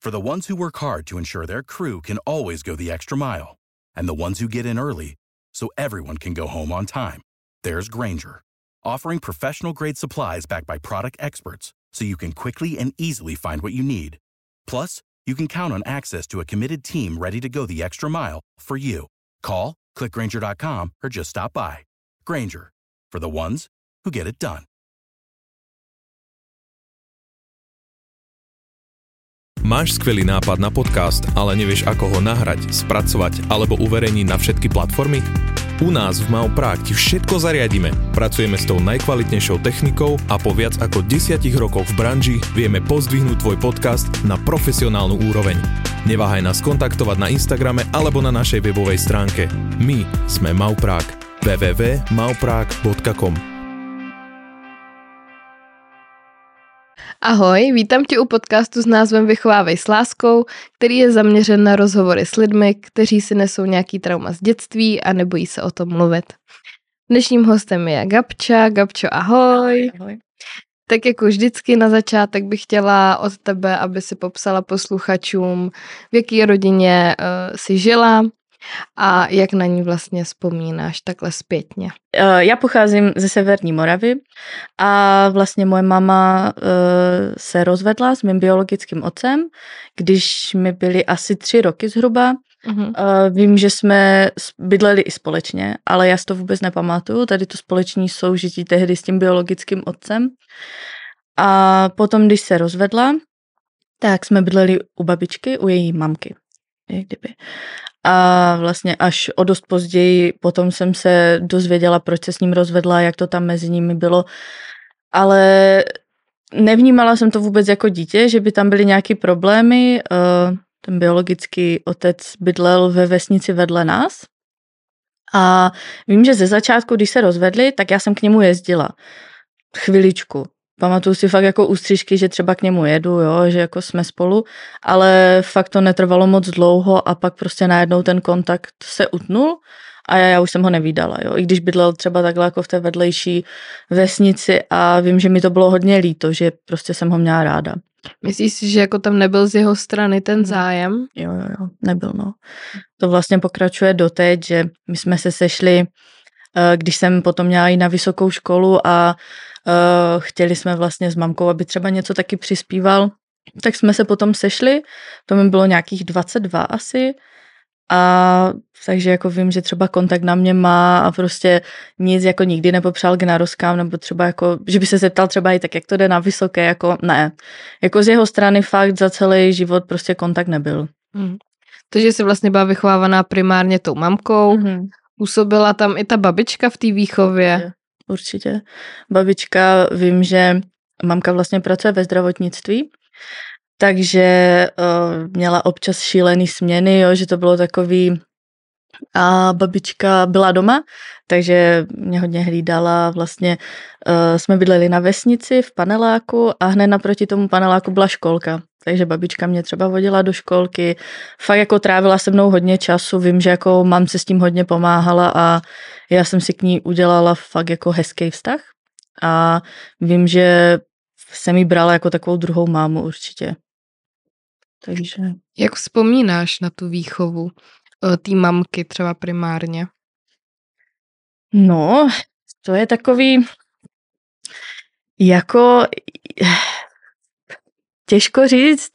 For the ones who work hard to ensure their crew can always go the extra mile, and the ones who get in early so everyone can go home on time, there's Grainger, offering professional-grade supplies backed by product experts so you can quickly and easily find what you need. Plus, you can count on access to a committed team ready to go the extra mile for you. Call, click Grainger.com, or just stop by. Grainger, for the ones who get it done. Máš skvelý nápad na podcast, ale nevieš, ako ho nahrať, spracovať alebo uverejniť na všetky platformy? U nás v Mau Prague ti všetko zariadíme. Pracujeme s tou najkvalitnejšou technikou a po viac ako 10 rokoch v branži vieme pozdvihnúť tvoj podcast na profesionálnu úroveň. Neváhaj nás kontaktovať na Instagrame alebo na našej webovej stránke. My sme Mau Prague. www.mauprague.com. Ahoj, vítám tě u podcastu s názvem Vychovávej s láskou, který je zaměřen na rozhovory s lidmi, kteří si nesou nějaký trauma z dětství a nebojí se o tom mluvit. Dnešním hostem je Gabča. Gabčo, ahoj. Ahoj. Tak jako vždycky na začátek bych chtěla od tebe, aby si popsala posluchačům, v jaký rodině jsi žila a jak na ní vlastně vzpomínáš takhle zpětně. Já pocházím ze Severní Moravy a vlastně moje mama se rozvedla s mým biologickým otcem, když mi byly asi 3 roky zhruba. Mhm. Vím, že jsme bydleli i společně, ale já si to vůbec nepamatuju, tady to společné soužití tehdy s tím biologickým otcem. A potom, když se rozvedla, tak jsme bydleli u babičky, u její mamky. Kdyby. A vlastně až o dost později potom jsem se dozvěděla, proč se s ním rozvedla, jak to tam mezi nimi bylo, ale nevnímala jsem to vůbec jako dítě, že by tam byly nějaké problémy. Ten biologický otec bydlel ve vesnici vedle nás a vím, že ze začátku, když se rozvedli, tak já jsem k němu jezdila chviličku. Pamatuju si fakt jako ústřižky, že třeba k němu jedu, jo, že jako jsme spolu, ale fakt to netrvalo moc dlouho a pak prostě najednou ten kontakt se utnul a já už jsem ho nevídala, jo. I když bydlel třeba takhle jako v té vedlejší vesnici a vím, že mi to bylo hodně líto, že prostě jsem ho měla ráda. Myslíš si, že jako tam nebyl z jeho strany ten zájem? Jo, nebyl, no. To vlastně pokračuje doteď, že my jsme se sešli, když jsem potom měla jít na vysokou školu a chtěli jsme vlastně s mamkou, aby třeba něco taky přispíval, tak jsme se potom sešli, to mi bylo nějakých 22 asi a takže jako vím, že třeba kontakt na mě má a prostě nic jako nikdy nepopřál k narozkám nebo třeba jako, že by se zeptal třeba i tak, jak to jde na vysoké, jako ne. Jako z jeho strany fakt za celý život prostě kontakt nebyl. Takže jsi vlastně byla vychovávaná primárně tou mamkou, působila tam i ta babička v té výchově. Určitě. Babička, vím, že mamka vlastně pracuje ve zdravotnictví, takže měla občas šílený směny, jo, že to bylo takový a babička byla doma, takže mě hodně hlídala, vlastně jsme bydleli na vesnici v paneláku a hned naproti tomu paneláku byla školka, takže babička mě třeba vodila do školky, fakt jako trávila se mnou hodně času, vím, že jako mamce s tím hodně pomáhala a já jsem si k ní udělala fakt jako hezký vztah a vím, že jsem jí brala jako takovou druhou mámu určitě. Takže... Jak vzpomínáš na tu výchovu té mamky třeba primárně? No, to je takový jako těžko říct.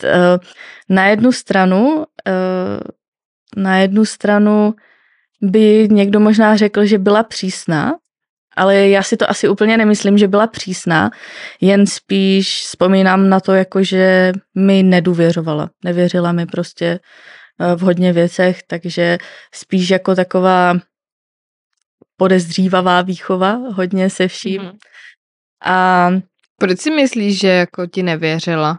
Na jednu stranu by někdo možná řekl, že byla přísná, ale já si to asi úplně nemyslím, že byla přísná, jen spíš vzpomínám na to, jako že mi nedůvěřovala. Nevěřila mi prostě v hodně věcech, takže spíš jako taková podezřívavá výchova, hodně se vším. A proč si myslíš, že jako ti nevěřila?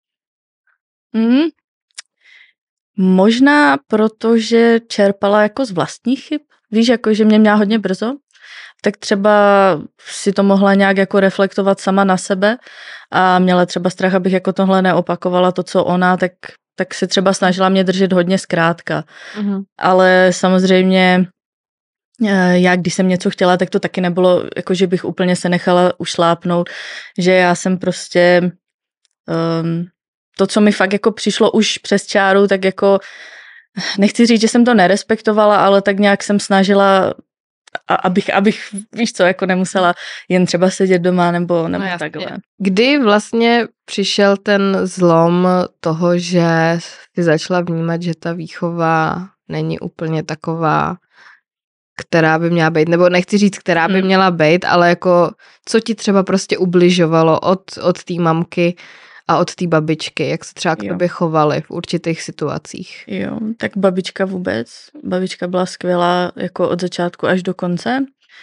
Možná protože čerpala jako z vlastních chyb. Víš, jako že mě měla hodně brzo, tak třeba si to mohla nějak jako reflektovat sama na sebe a měla třeba strach, abych jako tohle neopakovala to, co ona, tak se třeba snažila mě držet hodně zkrátka. Ale samozřejmě já, když jsem něco chtěla, tak to taky nebylo, jako že bych úplně se nechala ušlápnout, že já jsem prostě to, co mi fakt jako přišlo už přes čáru, tak jako nechci říct, že jsem to nerespektovala, ale tak nějak jsem snažila, abych víš co, jako nemusela jen třeba sedět doma nebo takhle. Kdy vlastně přišel ten zlom toho, že jsi začala vnímat, že ta výchova není úplně taková, která by měla být, nebo nechci říct, která by měla být, ale jako co ti třeba prostě ubližovalo od té mamky a od té babičky, jak se třeba k tobě chovaly v určitých situacích? Jo, tak babička vůbec. Babička byla skvělá jako od začátku až do konce.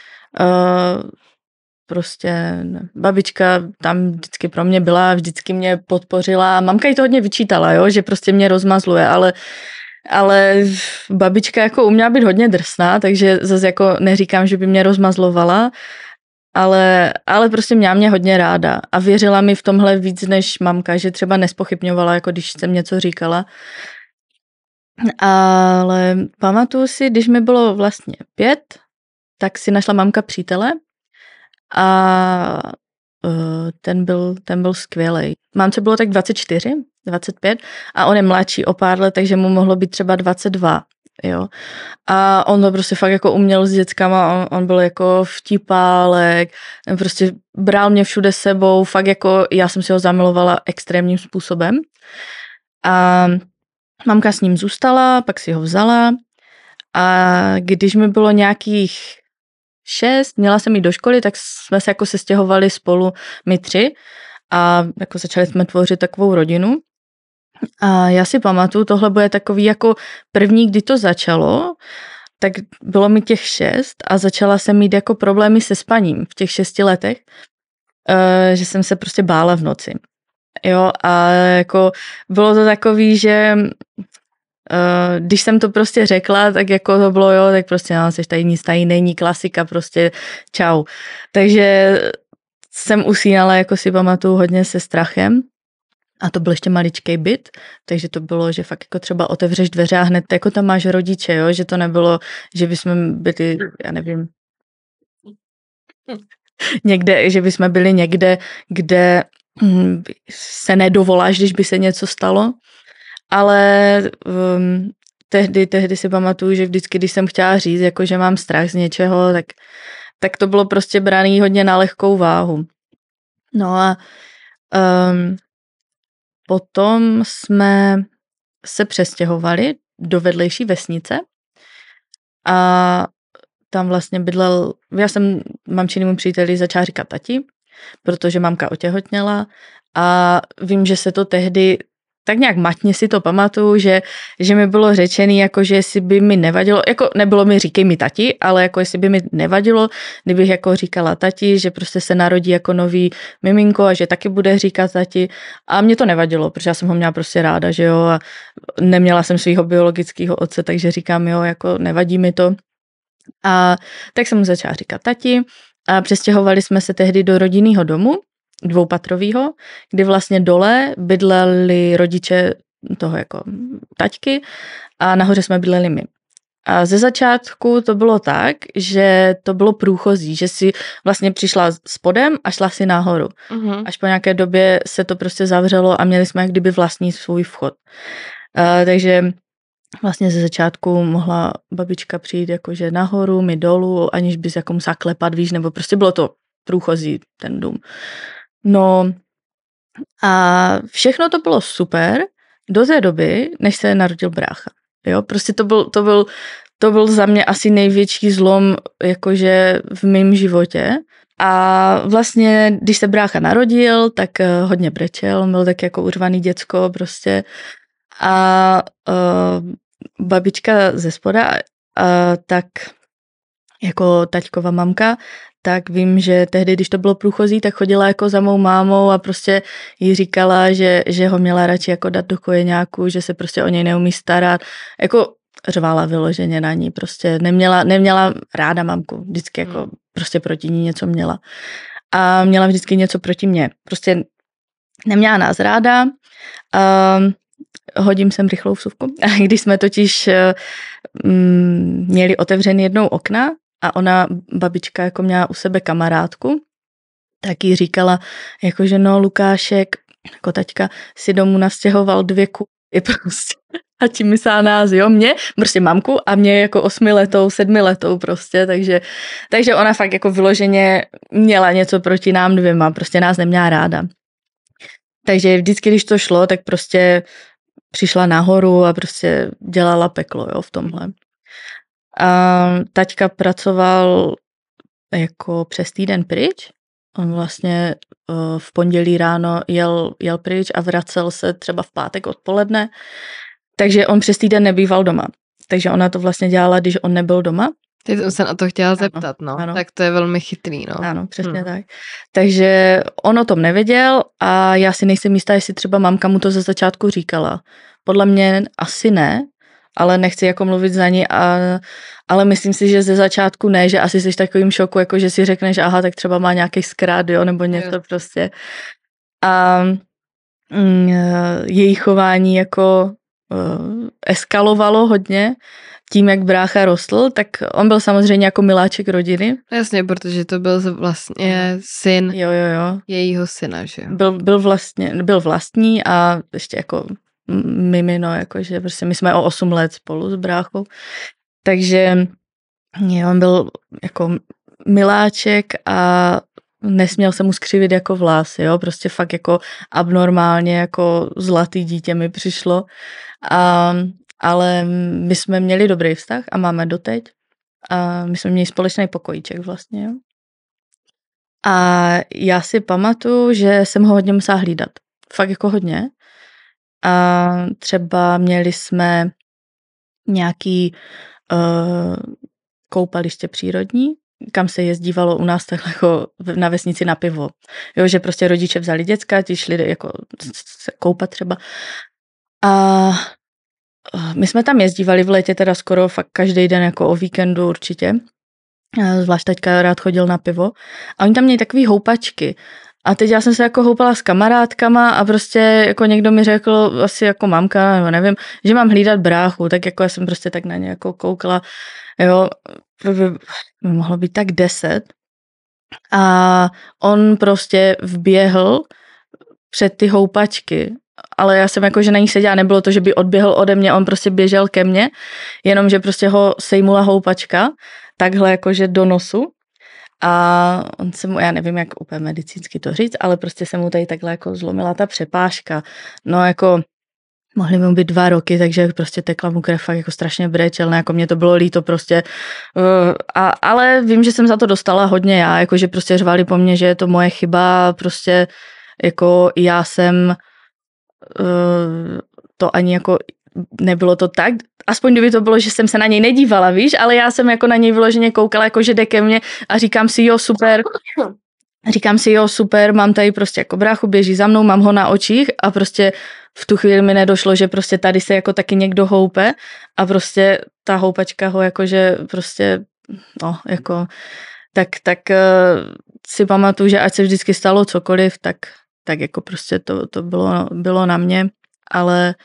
Prostě babička tam vždycky pro mě byla, vždycky mě podpořila. Mamka jí to hodně vyčítala, jo, že prostě mě rozmazluje, ale babička jako uměla být hodně drsná, takže zase jako neříkám, že by mě rozmazlovala, ale prostě měla mě hodně ráda a věřila mi v tomhle víc než mamka, že třeba nespochybňovala, jako když jsem něco říkala. Ale pamatuju si, když mi bylo vlastně 5, tak si našla mamka přítele a ten byl skvělej. Mámce bylo tak 24, 25 a on je mladší o pár let, takže mu mohlo být třeba 22. Jo. A on to prostě fakt jako uměl s dětskama, on byl jako vtipálek, prostě bral mě všude sebou, fakt jako já jsem si ho zamilovala extrémním způsobem. A mamka s ním zůstala, pak si ho vzala a když mi bylo nějakých 6, měla jsem jít do školy, tak jsme se jako sestěhovali spolu my 3 a jako začali jsme tvořit takovou rodinu. A já si pamatuju, tohle bude takový jako první, kdy to začalo, tak bylo mi těch 6 a začala jsem mít jako problémy se spaním v těch 6 letech, že jsem se prostě bála v noci. Jo, a jako bylo to takový, že když jsem to prostě řekla, tak jako to bylo, jo, tak prostě no, seš tady nic tady není, klasika, prostě čau. Takže jsem usínala, jako si pamatuju, hodně se strachem. A to byl ještě maličkej byt, takže to bylo, že fakt jako třeba otevřeš dveře a hned jako tam máš rodiče, jo, že to nebylo, že bychom byli, já nevím, někde, že bychom byli někde, kde se nedovoláš, když by se něco stalo, ale tehdy si pamatuju, že vždycky, když jsem chtěla říct, jako že mám strach z něčeho, tak to bylo prostě braný hodně na lehkou váhu. No a potom jsme se přestěhovali do vedlejší vesnice a tam vlastně bydlel, já jsem mamčinému příteli začala říkat tati, protože mamka otěhotněla a vím, že se to tehdy, tak nějak matně si to pamatuju, že mi bylo řečený, jako že jestli by mi nevadilo, jako nebylo mi říkej mi tati, ale jako jestli by mi nevadilo, kdybych jako říkala tati, že prostě se narodí jako nový miminko a že taky bude říkat tati a mě to nevadilo, protože já jsem ho měla prostě ráda, že jo, a neměla jsem svého biologického otce, takže říkám jo, jako nevadí mi to. A tak jsem mu začala říkat tati a přestěhovali jsme se tehdy do rodinného domu, 2patrovýho, kdy vlastně dole bydleli rodiče toho jako taťky a nahoře jsme bydleli my. A ze začátku to bylo tak, že to bylo průchozí, že si vlastně přišla spodem a šla si nahoru. Uh-huh. Až po nějaké době se to prostě zavřelo a měli jsme jak kdyby vlastní svůj vchod. Takže vlastně ze začátku mohla babička přijít jakože nahoru, my dolů, aniž bys jako musela klepat, víš, nebo prostě bylo to průchozí ten dům. No a všechno to bylo super do té doby, než se narodil brácha. Jo, prostě to byl za mě asi největší zlom jakože v mém životě. A vlastně, když se brácha narodil, tak hodně brečel, on byl tak jako urvaný děcko prostě. A babička ze spoda, tak jako taťkova mamka, tak vím, že tehdy, když to bylo průchozí, tak chodila jako za mou mámou a prostě jí říkala, že ho měla radši jako dát do kojeňáku, že se prostě o něj neumí starat. Jako řvala vyloženě na ní, prostě neměla ráda mamku, vždycky jako prostě proti ní něco měla. A měla vždycky něco proti mně. Prostě neměla nás ráda. Hodím sem rychlou vsuvku. Když jsme totiž měli otevřený jednou okna a ona, babička, jako měla u sebe kamarádku, tak jí říkala, jakože no Lukášek, jako taťka si domů nastěhoval 2 kuly prostě. A tím myslá nás, jo, mě, prostě mamku a mě jako 8letou, 7letou prostě, takže ona fakt jako vyloženě měla něco proti nám 2, prostě nás neměla ráda. Takže vždycky, když to šlo, tak prostě přišla nahoru a prostě dělala peklo, jo, v tomhle. A taťka pracoval jako přes týden pryč. On vlastně v pondělí ráno jel pryč a vracel se třeba v pátek odpoledne. Takže on přes týden nebýval doma. Takže ona to vlastně dělala, když on nebyl doma. Teď jsem se na to chtěla zeptat, no. Ano. Tak to je velmi chytrý, no. Ano, přesně tak. Takže on o tom nevěděl a já si nejsem jistá, jestli třeba mamka mu to ze začátku říkala. Podle mě asi ne, ale nechci jako mluvit za ní, ale myslím si, že ze začátku ne, že asi jsi v takovým šoku, jako že si řekneš, aha, tak třeba má nějaký zkrát, jo, nebo něco prostě. A její chování jako eskalovalo hodně tím, jak brácha rostl, tak on byl samozřejmě jako miláček rodiny. Jasně, protože to byl vlastně syn jejího syna, že jo? Byl vlastní a ještě jako mimino, jakože prostě my jsme o 8 let spolu s bráchou. Takže on byl jako miláček a nesměl se mu skřivit jako vlasy, jo, prostě fakt jako abnormálně jako zlatý dítě mi přišlo. Ale my jsme měli dobrý vztah a máme doteď. A my jsme měli společný pokojíček vlastně, jo. A já si pamatuju, že jsem ho hodně musela hlídat. Fakt jako hodně. A třeba měli jsme nějaký koupaliště přírodní, kam se jezdívalo u nás takhle jako na vesnici na pivo. Jo, že prostě rodiče vzali děcka, ti šli jako se koupat třeba. A my jsme tam jezdívali v létě teda skoro fakt každý den jako o víkendu určitě. Zvlášť taťka rád chodil na pivo. A oni tam měli takový houpačky. A teď já jsem se jako houpala s kamarádkama a prostě jako někdo mi řekl, asi jako mamka, nebo nevím, že mám hlídat bráchu, tak jako já jsem prostě tak na ně jako koukala, jo, mohlo být tak 10. A on prostě vběhl před ty houpačky, ale já jsem jako, že na ní seděla, nebylo to, že by odběhl ode mě, on prostě běžel ke mně, jenomže prostě ho sejmula houpačka, takhle jakože do nosu. A on se mu, já nevím, jak úplně medicínsky to říct, ale prostě se mu tady takhle jako zlomila ta přepážka. No jako mohly mu být 2 roky, takže prostě tekla mu krev fakt jako strašně brečel, jako mě to bylo líto prostě. Ale vím, že jsem za to dostala hodně já, jakože prostě řvali po mně, že je to moje chyba, prostě jako já jsem to ani jako nebylo to tak, aspoň kdyby to bylo, že jsem se na něj nedívala, víš, ale já jsem jako na něj vyloženě koukala, jako že jde ke mně a říkám si, jo, super, mám tady prostě jako bráchu, běží za mnou, mám ho na očích a prostě v tu chvíli mi nedošlo, že prostě tady se jako taky někdo houpe a prostě ta houpačka ho jakože prostě, no, jako, tak si pamatuju, že ať se vždycky stalo cokoliv, tak jako prostě to bylo na mě, ale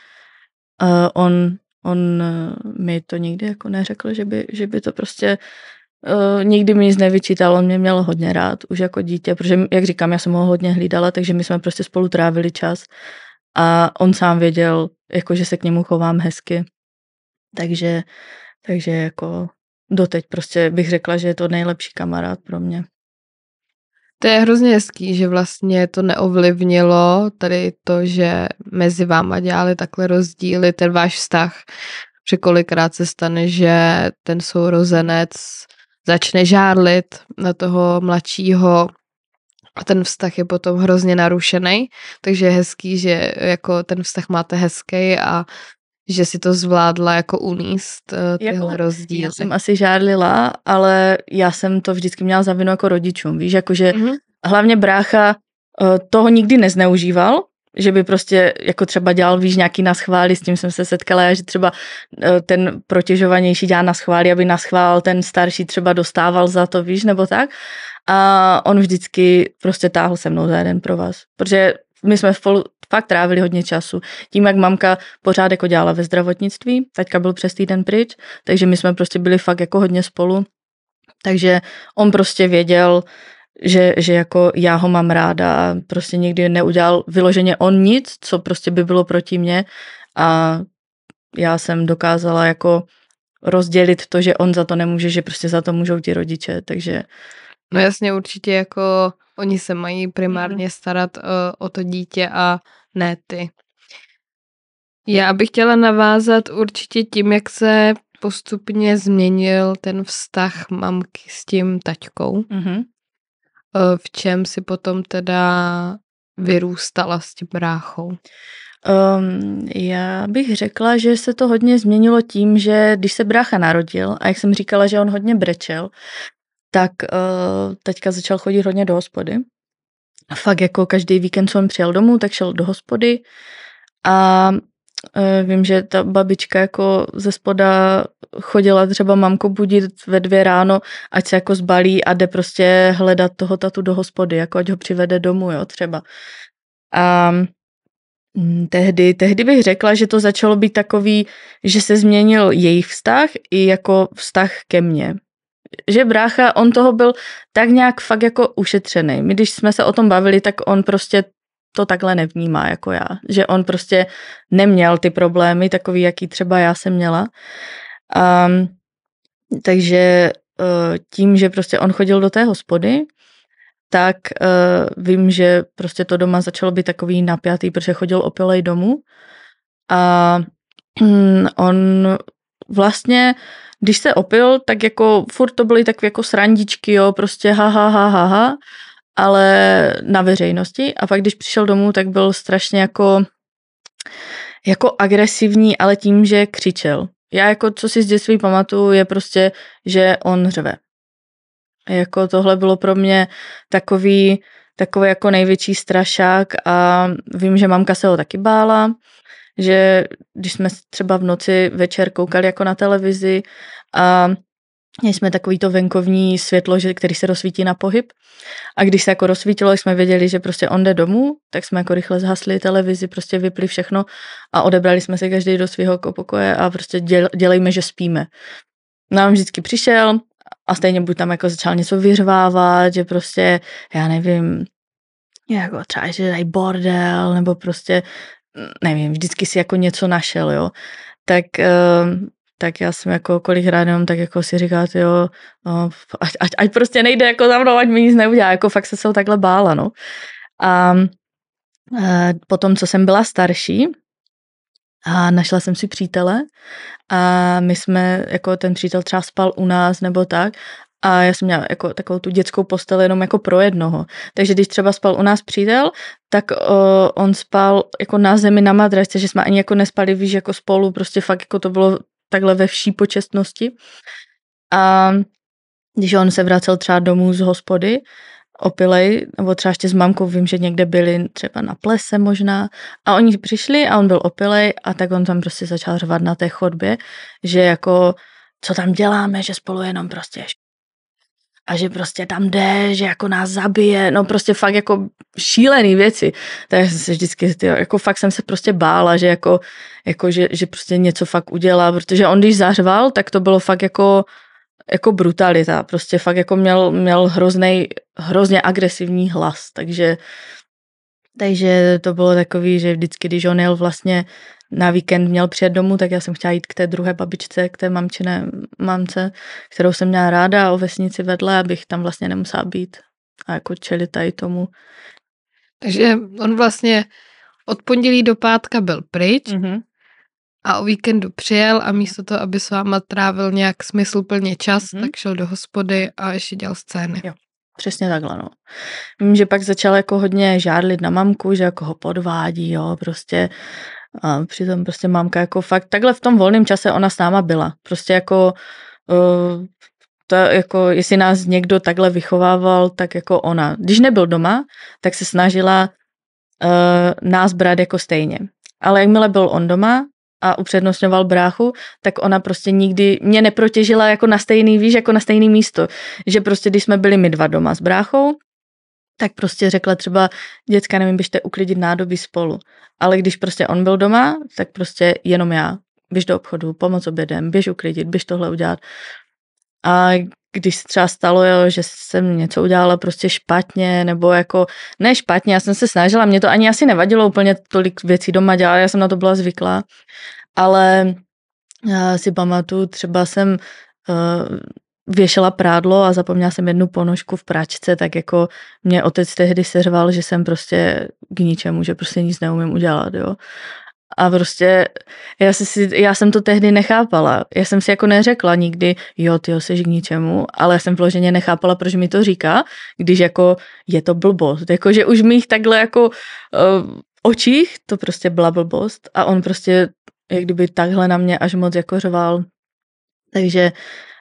on mi to nikdy jako neřekl, že by to prostě nikdy mi nic nevyčítal, on mě měl hodně rád, už jako dítě, protože, jak říkám, já jsem ho hodně hlídala, takže my jsme prostě spolu trávili čas a on sám věděl, jako, že se k němu chovám hezky, takže jako doteď prostě bych řekla, že je to nejlepší kamarád pro mě. To je hrozně hezký, že vlastně to neovlivnilo tady to, že mezi váma dělali takhle rozdíly, ten váš vztah, že kolikrát se stane, že ten sourozenec začne žárlit na toho mladšího a ten vztah je potom hrozně narušený, takže je hezký, že jako ten vztah máte hezký a že si to zvládla jako uníst tyhle rozdíly. Já jsem asi žárlila, ale já jsem to vždycky měla za vinu jako rodičům, víš, jakože hlavně brácha toho nikdy nezneužíval, že by prostě jako třeba dělal, víš, nějaký naschvály, s tím jsem se setkala, že třeba ten protěžovanější dělá naschvály, aby naschvál ten starší třeba dostával za to, víš, nebo tak. A on vždycky prostě táhl se mnou za jeden pro vás, protože my jsme spolu fakt trávili hodně času. Tím, jak mamka pořád jako dělala ve zdravotnictví, taťka byl přes týden pryč, takže my jsme prostě byli fakt jako hodně spolu. Takže on prostě věděl, že jako já ho mám ráda a prostě nikdy neudělal vyloženě on nic, co prostě by bylo proti mně a já jsem dokázala jako rozdělit to, že on za to nemůže, že prostě za to můžou ti rodiče, takže... No jasně, určitě jako oni se mají primárně starat o to dítě a ne ty. Já bych chtěla navázat určitě tím, jak se postupně změnil ten vztah mamky s tím taťkou. V čem si potom teda vyrůstala s tím bráchou? Já bych řekla, že se to hodně změnilo tím, že když se brácha narodil a jak jsem říkala, že on hodně brečel, tak teďka začal chodit hodně do hospody. A fakt jako každý víkend, co on přijel domů, tak šel do hospody a vím, že ta babička jako ze spoda chodila třeba mamku budit ve 2 ráno, ať se jako zbalí a jde prostě hledat toho tatu do hospody, jako ať ho přivede domů, jo, třeba. A tehdy bych řekla, že to začalo být takový, že se změnil jejich vztah i jako vztah ke mně. Že brácha, on toho byl tak nějak fakt jako ušetřený. My, když jsme se o tom bavili, tak on prostě to takhle nevnímá jako já. Že on prostě neměl ty problémy takový, jaký třeba já jsem měla. Takže tím, že prostě on chodil do té hospody, tak vím, že prostě to doma začalo být takový napjatý, protože chodil opilej domů a on vlastně, když se opil, tak jako furt to byly takové jako srandičky, jo, prostě ha, ale na veřejnosti a pak když přišel domů, tak byl strašně jako agresivní, ale tím, že křičel. Já jako, co si z dětství pamatuju, je prostě, že on řve. Jako tohle bylo pro mě takový jako největší strašák a vím, že mamka se ho taky bála, že když jsme třeba v noci večer koukali jako na televizi a měli jsme takový to venkovní světlo, který se rozsvítí na pohyb a když se jako rozsvítilo, jsme věděli, že prostě on jde domů, tak jsme jako rychle zhasli televizi, prostě vypli všechno a odebrali jsme se každý do svého pokoje a prostě dělejme, že spíme. No a on vždycky přišel a stejně buď tam jako začal něco vyřvávat, že prostě, já nevím, jako třeba, že dají bordel, nebo prostě, nevím, vždycky si jako něco našel, jo. Tak já jsem jako kolikrát jenom tak jako si říkat, jo, no, ať prostě nejde jako za mnou, ať mi nic neudělá, jako fakt se ho takhle bála, no. A potom, co jsem byla starší, a našla jsem si přítele a my jsme, jako ten přítel třeba spal u nás nebo tak a já jsem měla jako takovou tu dětskou postel jenom jako pro jednoho. Takže když třeba spal u nás přítel, tak on spal jako na zemi na madračce, že jsme ani jako nespali, víš, jako spolu, prostě fakt jako to bylo takhle ve vší počestnosti. A když on se vracel třeba domů z hospody, opilej, nebo třeba ještě s mamkou, vím, že někde byli třeba na plese možná a oni přišli a on byl opilej a tak on tam prostě začal řvat na té chodbě, že jako co tam děláme, že spolu jenom prostě a že prostě tam jde, že jako nás zabije, no prostě fakt jako šílený věci. Tak jsem se vždycky, jako fakt jsem se prostě bála, že že prostě něco fakt udělá, protože on když zařval, tak to bylo fakt jako brutalita, prostě fakt jako měl hrozně agresivní hlas, takže to bylo takový, že vždycky, když on jel vlastně na víkend měl přijet domů, tak já jsem chtěla jít k té druhé babičce, k té mamce, kterou jsem měla ráda o vesnici vedle, abych tam vlastně nemusela být a jako čelit tady tomu. Takže on vlastně od pondělí do pátka byl pryč, a o víkendu přijel a místo toho, aby s váma trávil nějak smysluplně čas, tak šel do hospody a ještě dělal scény. Jo, přesně takhle, no. Vím, že pak začal jako hodně žádlit na mamku, že jako ho podvádí, jo, prostě a přitom prostě mamka jako fakt, takhle v tom volném čase ona s náma byla. Prostě jako to jako, jestli nás někdo takhle vychovával, tak jako ona. Když nebyl doma, tak se snažila nás brát jako stejně. Ale jakmile byl on doma, a upřednostňoval bráchu, tak ona prostě nikdy mě neprotěžila jako na stejný, víš, jako na stejný místo. Že prostě, když jsme byli my dva doma s bráchou, tak prostě řekla třeba, děcka, nevím, běžte uklidit nádoby spolu. Ale když prostě on byl doma, tak prostě jenom já. Běž do obchodu, pomoc obědem, běž uklidit, běž tohle udělat. A když se třeba stalo, jo, že jsem něco udělala prostě špatně, nebo jako ne špatně, já jsem se snažila, mě to ani asi nevadilo úplně tolik věcí doma dělat, já jsem na to byla zvyklá, ale já si pamatuju, třeba jsem věšela prádlo a zapomněla jsem jednu ponožku v práčce, tak jako mě otec tehdy seřval, že jsem prostě k ničemu, že prostě nic neumím udělat, jo. A prostě já jsem to tehdy nechápala. Já jsem si jako neřekla nikdy, jo, tyjo, seš k ničemu, ale já jsem vloženě nechápala, proč mi to říká, když jako je to blbost. Jako, že už mých takhle jako očích to prostě byla blbost a on prostě jak kdyby takhle na mě až moc jako řval. Takže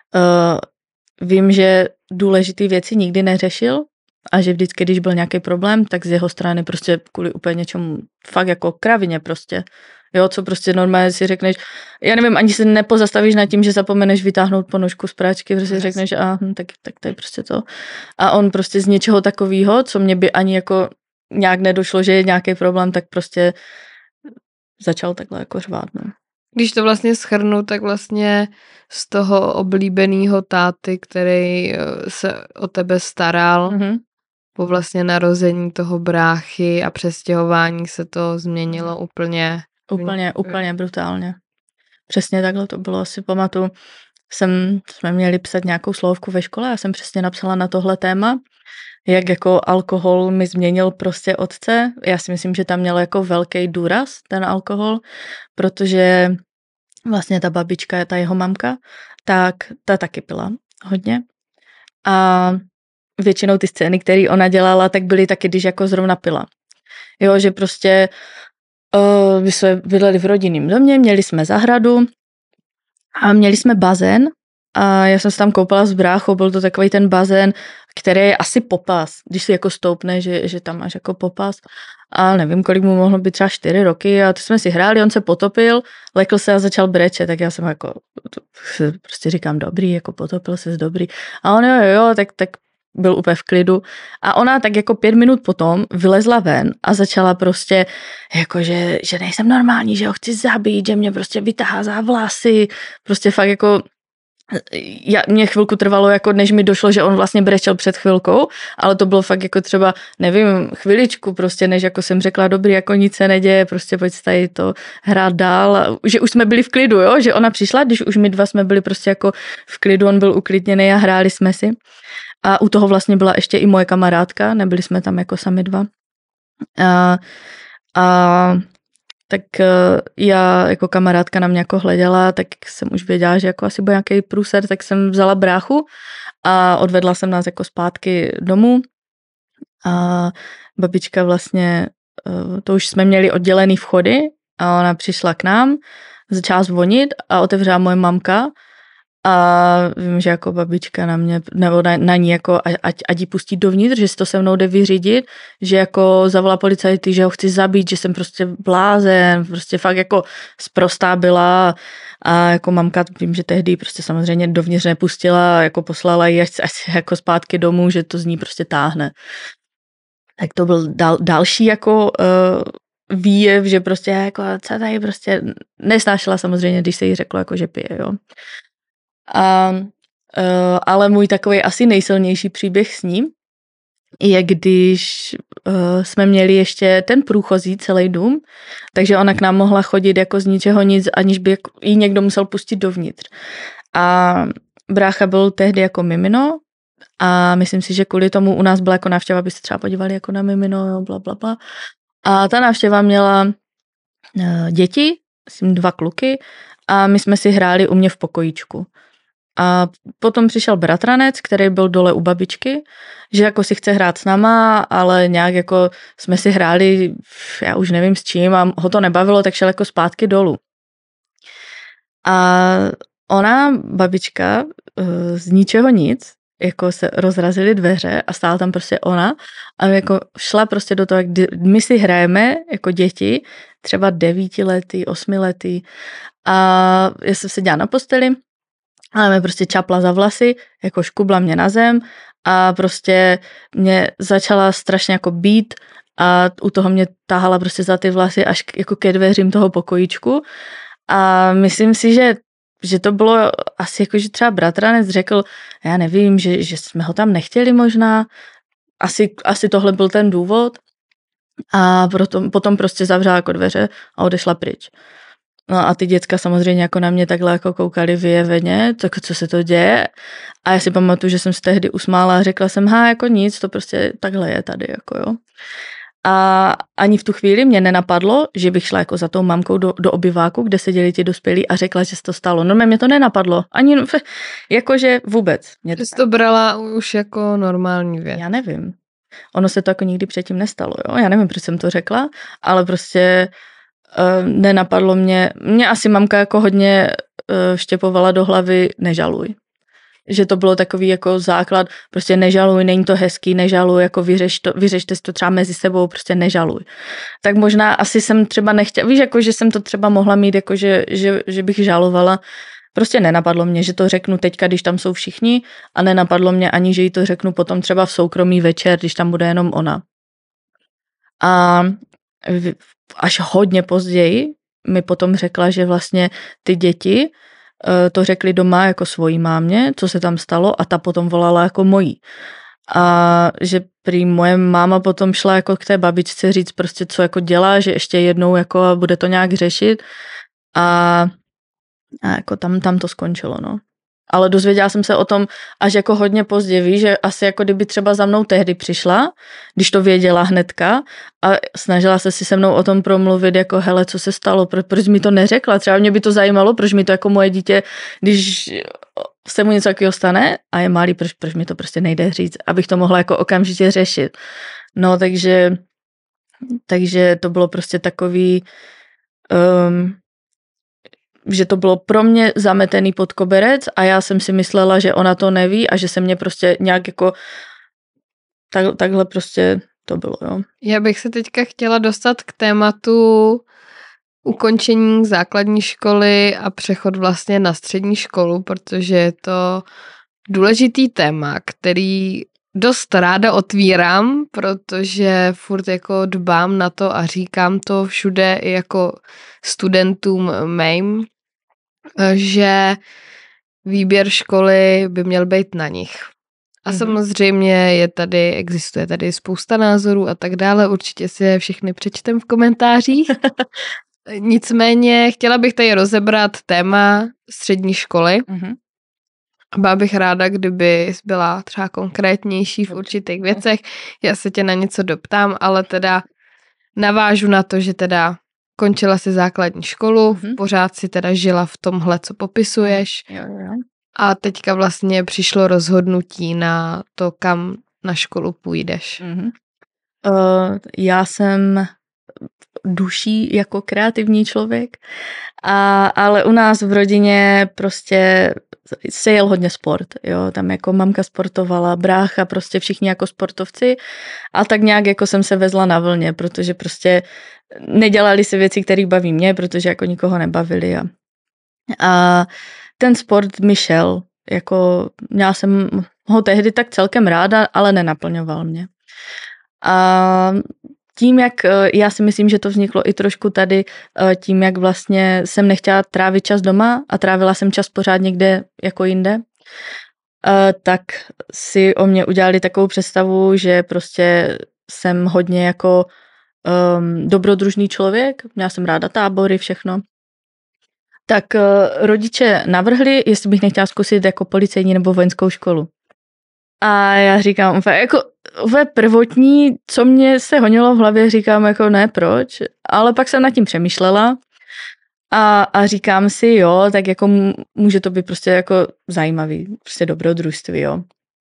vím, že důležitý věci nikdy neřešil a že vždycky, když byl nějaký problém, tak z jeho strany prostě kvůli úplně něčemu fakt jako kravině prostě. Jo, co prostě normálně si řekneš, já nevím, ani se nepozastavíš nad tím, že zapomeneš vytáhnout ponožku z práčky, prostě řekneš, tak to je prostě to. A on prostě z něčeho takového, co mě by ani jako nějak nedošlo, že je nějaký problém, tak prostě začal takhle jako řvát. No. Když to vlastně shrnu, tak vlastně z toho oblíbeného táty, který se o tebe staral, po vlastně narození toho bráchy a přestěhování se to změnilo úplně brutálně. Přesně takhle to bylo, si pamatuju. Jsme měli psat nějakou slovku ve škole a jsem přesně napsala na tohle téma, jak jako alkohol mi změnil prostě otce. Já si myslím, že tam mělo jako velký důraz ten alkohol, protože vlastně ta babička, ta jeho mamka, tak ta taky pila hodně. A většinou ty scény, které ona dělala, tak byly taky, když jako zrovna pila. Jo, že prostě my jsme bydleli v rodinném domě, měli jsme zahradu a měli jsme bazén a já jsem se tam koupala s bráchou, byl to takový ten bazén, který je asi popas, když si jako stoupne, že tam máš jako popas a nevím, kolik mu mohlo být třeba 4 roky a to jsme si hráli, on se potopil, lekl se a začal brečet, tak já jsem jako prostě říkám dobrý, jako potopil se dobrý a on jo, tak byl úplně v klidu a ona tak jako 5 minut potom vylezla ven a začala prostě jako, že nejsem normální, že ho chci zabít, že mě prostě vytahá za vlasy, prostě fakt jako mě chvilku trvalo, jako než mi došlo, že on vlastně brečel před chvilkou, ale to bylo fakt jako třeba, nevím, chviličku prostě, než jako jsem řekla, dobrý, jako nic se neděje, prostě pojď tady to hrát dál, že už jsme byli v klidu, jo, že ona přišla, když už my dva jsme byli prostě jako v klidu, on byl uklidněný a hráli jsme si. A u toho vlastně byla ještě i moje kamarádka, nebyli jsme tam jako sami dva. Tak já jako kamarádka na mě jako hleděla, tak jsem už věděla, že jako asi bude nějaký průser, tak jsem vzala bráchu a odvedla jsem nás jako zpátky domů. A babička vlastně, to už jsme měli oddělený vchody a ona přišla k nám, začala zvonit a otevřela moje mamka. A vím, že jako babička na mě, nebo na ní jako ať ji pustí dovnitř, že si to se mnou jde vyřídit, že jako zavolá policajty, že ho chci zabít, že jsem prostě blázen, prostě fakt jako sprostá byla a jako mamka, vím, že tehdy prostě samozřejmě dovnitř nepustila, jako poslala ji ať jako zpátky domů, že to z ní prostě táhne. Tak to byl další jako výjev, že prostě jako co tady prostě nesnášela samozřejmě, když se jí řeklo jako, že pije, jo. Ale můj takový asi nejsilnější příběh s ním je, když jsme měli ještě ten průchozí celý dům, takže ona k nám mohla chodit jako z ničeho nic, aniž by jí někdo musel pustit dovnitř. A brácha byl tehdy jako mimino a myslím si, že kvůli tomu u nás byla jako návštěva, aby se třeba podívali jako na mimino, jo, blablabla. A ta návštěva měla děti, myslím 2 kluky a my jsme si hráli u mě v pokojíčku. A potom přišel bratranec, který byl dole u babičky, že jako si chce hrát s náma, ale nějak jako jsme si hráli, já už nevím s čím a ho to nebavilo, tak šel jako zpátky dolů. A ona, babička, z ničeho nic, jako se rozrazily dveře a stála tam prostě ona a jako šla prostě do toho, jak my si hrajeme jako děti, třeba 9letý, 8letý a já jsem seděla na posteli, ale mě prostě čapla za vlasy, jako škubla mě na zem a prostě mě začala strašně jako bít a u toho mě tahala prostě za ty vlasy až jako ke dveřím toho pokojíčku a myslím si, že že to bylo asi jako, že třeba bratranec řekl, já nevím, že jsme ho tam nechtěli možná, asi tohle byl ten důvod a potom prostě zavřela jako dveře a odešla pryč. No a ty děcka samozřejmě jako na mě takhle jako koukali vyjeveně, tak co se to děje. A já si pamatuju, že jsem se tehdy usmála a řekla jsem, jako nic, to prostě takhle je tady, jako jo. A ani v tu chvíli mě nenapadlo, že bych šla jako za tou mamkou do obyváku, kde seděli ti dospělí a řekla, že se to stalo. No mě to nenapadlo. Ani jakože vůbec. Ty jsi to brala už jako normální věc. Já nevím. Ono se to jako nikdy předtím nestalo, jo. Já nevím, proč jsem to řekla, ale prostě nenapadlo mě. Mě asi mamka jako hodně vštěpovala do hlavy nežaluj. Že to bylo takový jako základ, prostě nežaluj, není to hezký, nežaluj, jako vyřešte si to třeba mezi sebou, prostě nežaluj. Tak možná asi jsem třeba nechtěla, víš, jako že jsem to třeba mohla mít, jako že bych žalovala. Prostě nenapadlo mě, že to řeknu teďka, když tam jsou všichni a nenapadlo mě ani, že jí to řeknu potom třeba v soukromý večer, když tam bude jenom ona. A až hodně později mi potom řekla, že vlastně ty děti to řekli doma jako svojí mámě, co se tam stalo a ta potom volala jako mojí. A že prý moje máma potom šla jako k té babičce říct prostě, co jako dělá, že ještě jednou jako bude to nějak řešit a jako tam to skončilo, no. Ale dozvěděla jsem se o tom až jako hodně později, víš, že asi jako kdyby třeba za mnou tehdy přišla, když to věděla hnedka a snažila se si se mnou o tom promluvit, jako hele, co se stalo, proč mi to neřekla, třeba mě by to zajímalo, proč mi to jako moje dítě, když se mu něco takového stane a je malý, proč mi to prostě nejde říct, abych to mohla jako okamžitě řešit. No, takže to bylo prostě takový... že to bylo pro mě zametený pod koberec a já jsem si myslela, že ona to neví a že se mě prostě nějak jako takhle prostě to bylo, jo. Já bych se teďka chtěla dostat k tématu ukončení základní školy a přechod vlastně na střední školu, protože je to důležitý téma, který dost ráda otvírám, protože furt jako dbám na to a říkám to všude i jako studentům mým, že výběr školy by měl být na nich. A samozřejmě existuje tady spousta názorů a tak dále, určitě si je všechny přečtem v komentářích. Nicméně chtěla bych tady rozebrat téma střední školy. Byla bych ráda, kdyby byla třeba konkrétnější v určitých věcech. Já se tě na něco doptám, ale teda navážu na to, že teda končila si základní školu, pořád si teda žila v tomhle, co popisuješ. Jo. A teďka vlastně přišlo rozhodnutí na to, kam na školu půjdeš. Já jsem duší jako kreativní člověk, ale u nás v rodině prostě se jel hodně sport, jo, tam jako mamka sportovala, brácha, prostě všichni jako sportovci a tak nějak jako jsem se vezla na vlně, protože prostě nedělali se věci, které baví mě, protože jako nikoho nebavili a ten sport mi šel, jako měla jsem ho tehdy tak celkem ráda, ale nenaplňoval mě. A tím, jak já si myslím, že to vzniklo i trošku tady, tím, jak vlastně jsem nechtěla trávit čas doma a trávila jsem čas pořád někde jako jinde, tak si o mě udělali takovou představu, že prostě jsem hodně jako dobrodružný člověk, měla jsem ráda tábory, všechno. Tak rodiče navrhli, jestli bych nechtěla zkusit jako policejní nebo vojenskou školu. A já říkám, jako prvotní, co mě se honilo v hlavě, říkám jako ne, proč, ale pak jsem nad tím přemýšlela a říkám si, jo, tak jako může to být prostě jako zajímavý, prostě dobrodružství, jo.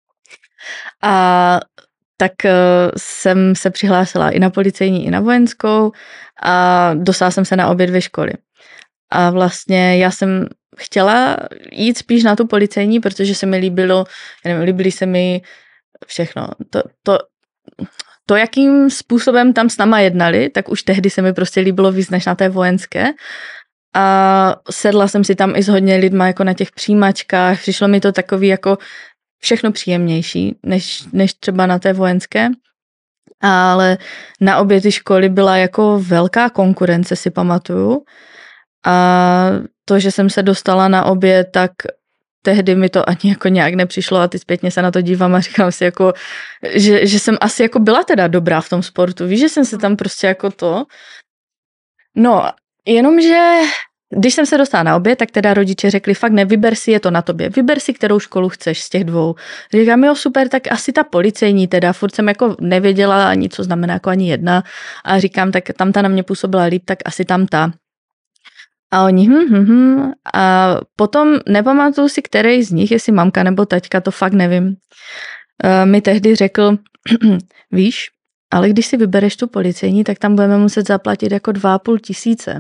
A tak jsem se přihlásila i na policejní, i na vojenskou a dostala jsem se na obě dvě školy. A vlastně já jsem chtěla jít spíš na tu policejní, protože se mi líbily se mi všechno. To, jakým způsobem tam s náma jednali, tak už tehdy se mi prostě líbilo víc než na té vojenské. A sedla jsem si tam i s hodně lidma jako na těch přijímačkách. Přišlo mi to takový jako všechno příjemnější, než třeba na té vojenské. Ale na obě ty školy byla jako velká konkurence, si pamatuju. A to, že jsem se dostala na oběd, tak tehdy mi to ani jako nějak nepřišlo a teď zpětně se na to dívám a říkám si jako, že jsem asi jako byla teda dobrá v tom sportu. Víš, že jsem se tam prostě jako to... No, jenomže když jsem se dostala na oběd, tak teda rodiče řekli, fakt ne, vyber si, je to na tobě. Vyber si, kterou školu chceš z těch dvou. Říkám, jo, super, tak asi ta policejní teda. Furt jsem jako nevěděla ani, co znamená jako ani jedna. A říkám, tak tam ta na mě působila líp, tak asi tam ta. A oni, A potom nepamatuju si, který z nich, jestli mamka nebo taťka, to fakt nevím. Mi tehdy řekl, víš, ale když si vybereš tu policejní, tak tam budeme muset zaplatit jako 2,5 tisíce.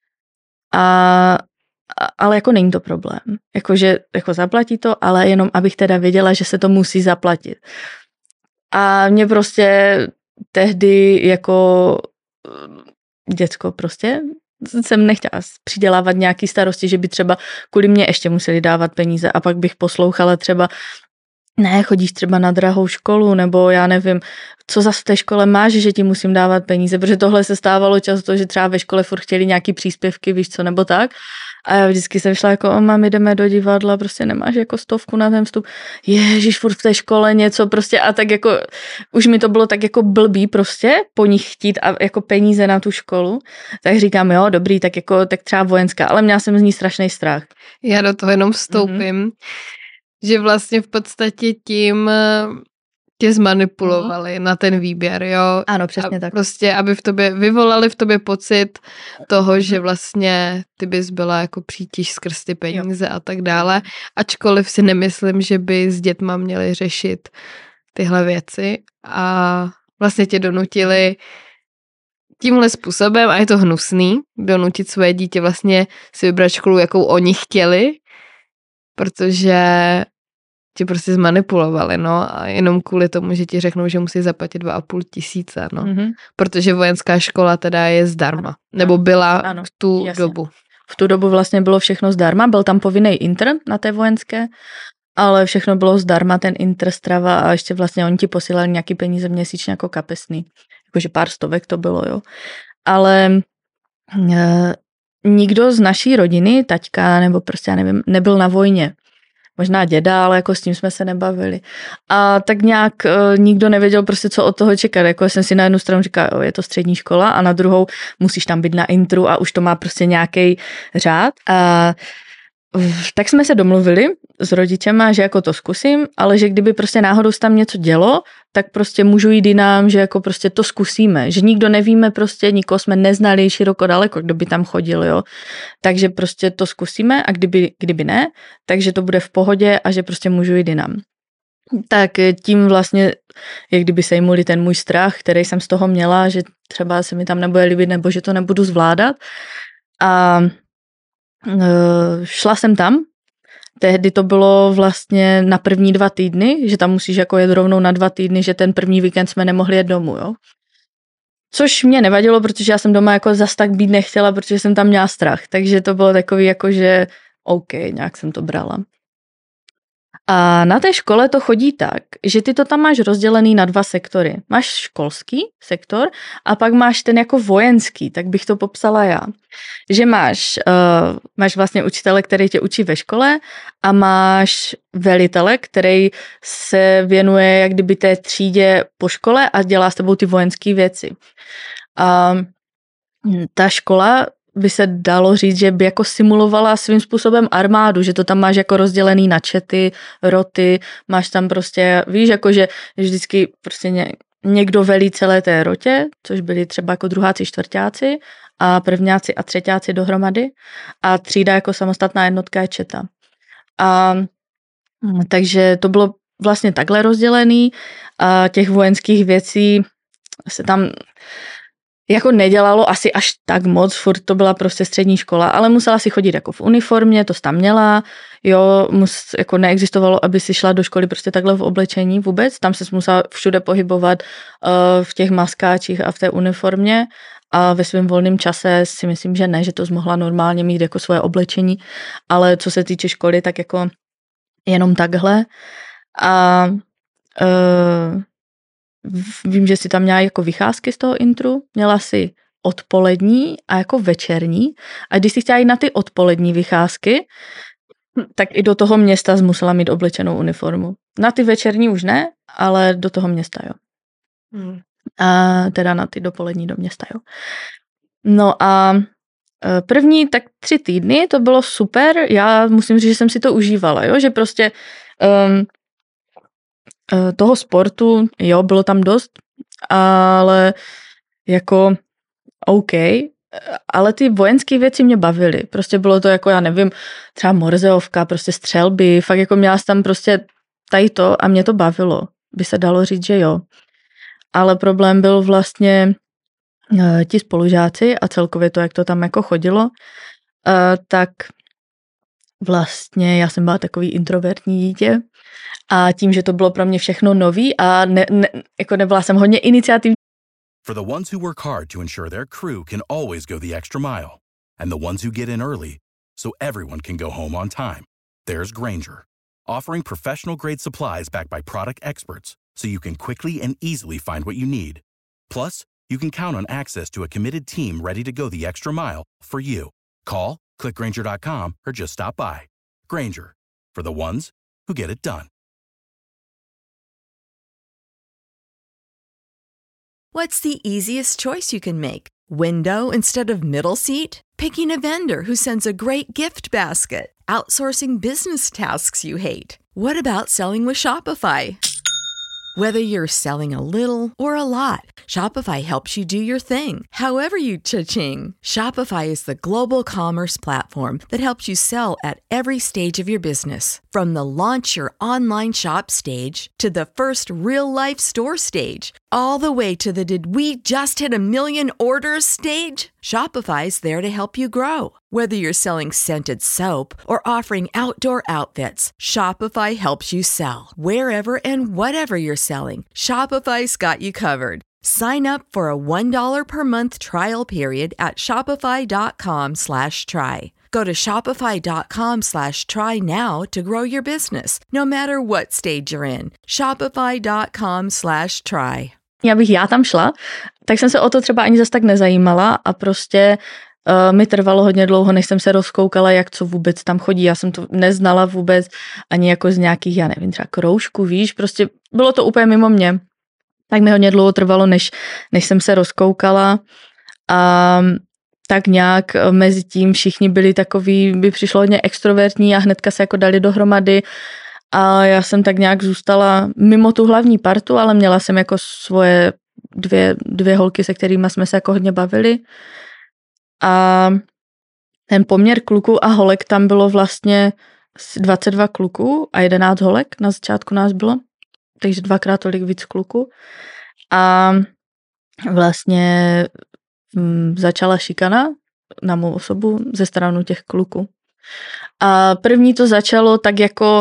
Ale jako není to problém. Jakože jako zaplatí to, ale jenom abych teda věděla, že se to musí zaplatit. A mě prostě tehdy jako děcko prostě jsem nechtěla přidělávat nějaký starosti, že by třeba kvůli mě ještě museli dávat peníze a pak bych poslouchala třeba ne, chodíš třeba na drahou školu, nebo já nevím, co zase v té škole máš, že ti musím dávat peníze, protože tohle se stávalo často, že třeba ve škole furt chtěli nějaký příspěvky, víš co, nebo tak. A já vždycky jsem šla jako, mami, jdeme do divadla, prostě nemáš jako 100 na ten vstup. Ježiš, furt v té škole něco prostě a tak jako, už mi to bylo tak jako blbý prostě po nich chtít a jako peníze na tu školu. Tak říkám, jo, dobrý, tak jako, tak třeba vojenská, ale měla jsem z ní strašný strach. Já do toho jenom vstoupím. Že vlastně v podstatě tím tě zmanipulovali na ten výběr, jo. Ano, přesně tak. Prostě, aby vyvolali v tobě pocit toho, že vlastně ty bys byla jako přítíž skrz ty peníze a tak dále. Ačkoliv si nemyslím, že by s dětma měli řešit tyhle věci a vlastně tě donutili tímhle způsobem, a je to hnusný, donutit svoje dítě vlastně si vybrat školu, jakou oni chtěli, protože tě prostě zmanipulovali, no, a jenom kvůli tomu, že ti řeknou, že musí zaplatit 2,5 tisíce, no. Protože vojenská škola teda je zdarma, nebo byla v tu dobu. V tu dobu vlastně bylo všechno zdarma, byl tam povinný intr na té vojenské, ale všechno bylo zdarma, ten intr, strava a ještě vlastně oni ti posílali nějaký peníze měsíčně jako kapesný, jakože pár stovek to bylo, jo. Ale nikdo z naší rodiny, taťka nebo prostě já nevím, nebyl na vojně. Možná děda, ale jako s tím jsme se nebavili. A tak nějak nikdo nevěděl prostě, co od toho čekat. Jako jsem si na jednu stranu říkala, je to střední škola a na druhou musíš tam být na intru a už to má prostě nějaký řád. A tak jsme se domluvili s rodičema, že jako to zkusím, ale že kdyby prostě náhodou se tam něco dělo, tak prostě můžu jít jinam, že jako prostě to zkusíme, že nikdo nevíme prostě, nikoho jsme neznali široko daleko, kdo by tam chodil, jo. Takže prostě to zkusíme a kdyby ne, takže to bude v pohodě a že prostě můžu jít jinam. Tak tím vlastně, jak kdyby sejmuli ten můj strach, který jsem z toho měla, že třeba se mi tam nebude líbit nebo že to nebudu zvládat. A šla jsem tam. Tehdy to bylo vlastně na první 2 týdny, že tam musíš jako jet rovnou na 2 týdny, že ten první víkend jsme nemohli jet domů, jo. Což mě nevadilo, protože já jsem doma jako zas tak být nechtěla, protože jsem tam měla strach. Takže to bylo takový jako, že OK, nějak jsem to brala. A na té škole to chodí tak, že ty to tam máš rozdělený na 2 sektory. Máš školský sektor a pak máš ten jako vojenský, tak bych to popsala já. Že máš vlastně učitele, který tě učí ve škole a máš velitele, který se věnuje jak kdyby té třídě po škole a dělá s tebou ty vojenské věci. A ta škola by se dalo říct, že by jako simulovala svým způsobem armádu, že to tam máš jako rozdělený na čety, roty, máš tam prostě, víš, jako že vždycky prostě někdo velí celé té rotě, což byli třeba jako druháci, čtvrťáci a prvňáci a třeťáci dohromady a třída jako samostatná jednotka je četa. A takže to bylo vlastně takhle rozdělený a těch vojenských věcí se tam jako nedělalo asi až tak moc, furt to byla prostě střední škola, ale musela si chodit jako v uniformě, to jsi tam měla, jo, jako neexistovalo, aby si šla do školy prostě takhle v oblečení vůbec, tam se musela všude pohybovat v těch maskáčích a v té uniformě a ve svém volném čase si myslím, že ne, že to mohla normálně mít jako svoje oblečení, ale co se týče školy, tak jako jenom takhle a vím, že si tam měla jako vycházky z toho intru, měla si odpolední a jako večerní. A když si chtěla jít na ty odpolední vycházky, tak i do toho města musela mít oblečenou uniformu. Na ty večerní už ne, ale do toho města, jo. A teda na ty dopolední do města, jo. No a první tak 3 týdny to bylo super. Já musím říct, že jsem si to užívala, jo, že prostě toho sportu, jo, bylo tam dost, ale jako OK, ale ty vojenské věci mě bavily. Prostě bylo to jako, já nevím, třeba morzeovka, prostě střelby, fakt jako měla jsem tam prostě tady to a mě to bavilo. By se dalo říct, že jo. Ale problém byl vlastně ti spolužáci a celkově to, jak to tam jako chodilo, tak vlastně já jsem byla takový introvertní dítě a tím, že to bylo pro mě všechno nový a jako nebyla jsem hodně iniciativní. For the ones who work hard to ensure their crew can always go the extra mile, and the ones who get in early so everyone can go home on time, there's Grainger, offering professional-grade supplies backed by product experts so you can quickly and easily find what you need. Plus, you can count on access to a committed team ready to go the extra mile for you. Call, click Grainger.com, or just stop by. Grainger, for the ones who get it done. What's the easiest choice you can make? Window instead of middle seat? Picking a vendor who sends a great gift basket? Outsourcing business tasks you hate? What about selling with Shopify? Whether you're selling a little or a lot, Shopify helps you do your thing, however you cha-ching. Shopify is the global commerce platform that helps you sell at every stage of your business. From the launch your online shop stage to the first real-life store stage, all the way to the did we just hit a million orders stage. Shopify's there to help you grow. Whether you're selling scented soap or offering outdoor outfits, Shopify helps you sell. Wherever and whatever you're selling, Shopify's got you covered. Sign up for a $1 per month trial period at shopify.com/try. Go to shopify.com/try now to grow your business, no matter what stage you're in. Shopify.com/try. Já tam šla, tak jsem se o to třeba ani zas tak nezajímala a prostě mi trvalo hodně dlouho, než jsem se rozkoukala, jak co vůbec tam chodí. Já jsem to neznala vůbec ani jako z nějakých, já nevím, třeba kroužků, víš, prostě bylo to úplně mimo mě. Tak mi hodně dlouho trvalo, než jsem se rozkoukala a tak nějak mezi tím všichni byli takový, by přišlo hodně extrovertní a hnedka se jako dali dohromady a já jsem tak nějak zůstala mimo tu hlavní partu, ale měla jsem jako svoje dvě holky, se kterými jsme se jako hodně bavili. A ten poměr kluků a holek tam bylo vlastně 22 kluků a 11 holek. Na začátku nás bylo, takže 2x tolik víc kluků. A vlastně začala šikana na mou osobu ze strany těch kluků. A první to začalo tak jako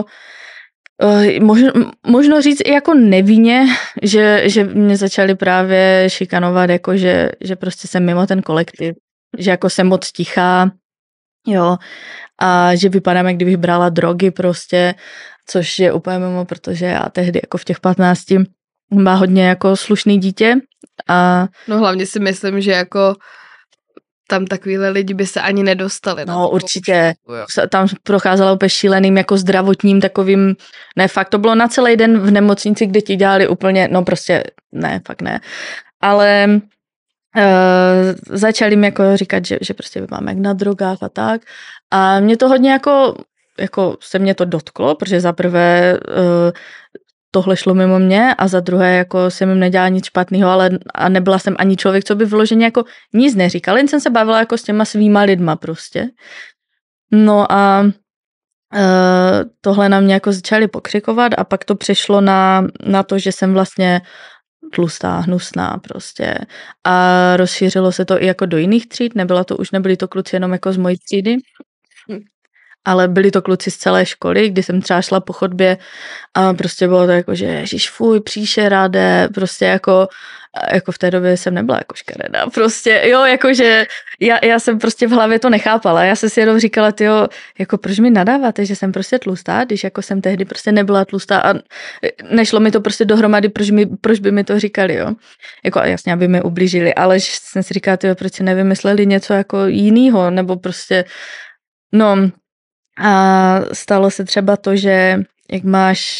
možno říct i jako nevinně, že mě začali právě šikanovat, jako že prostě jsem mimo ten kolektiv. Že jako jsem moc tichá, jo, a že vypadám, jak kdybych brala drogy prostě, což je úplně mimo, protože já tehdy jako v těch 15 byla hodně jako slušný dítě. A no hlavně si myslím, že jako tam takovýhle lidi by se ani nedostali. No určitě, tam procházela úplně šíleným jako zdravotním takovým, ne fakt, to bylo na celý den v nemocnici, kde ti dělali úplně, no prostě ne, fakt ne, ale začali mi jako říkat, že prostě vypadám jak na drogách a tak. A mě to hodně jako se mě to dotklo, protože za prvé tohle šlo mimo mě a za druhé jako jsem jim nedělala nic špatného, ale a nebyla jsem ani člověk, co by vyloženě jako nic neříkal, jen jsem se bavila jako s těma svýma lidma prostě. No a tohle na mě jako začali pokřikovat a pak to přešlo na to, že jsem vlastně tlustá, hnusná prostě. A rozšířilo se to i jako do jiných tříd, nebyli to kluci jenom jako z mojí třídy. ale byli to kluci z celé školy, kdy jsem třeba šla po chodbě a prostě bylo to jako, že ježiš, fuj, příšera jde, prostě jako v té době jsem nebyla jako škaredá, prostě jo, jakože já jsem prostě v hlavě to nechápala, já jsem si jenom říkala, tyjo, jako proč mi nadáváte, že jsem prostě tlustá, když jako jsem tehdy prostě nebyla tlustá a nešlo mi to prostě dohromady, proč by mi to říkali, jo, jako jasně, aby mi ublížili, ale jsem si říkala, tyjo, proč si nevymysleli něco jako jinýho, nebo prostě, no a stalo se třeba to, že jak máš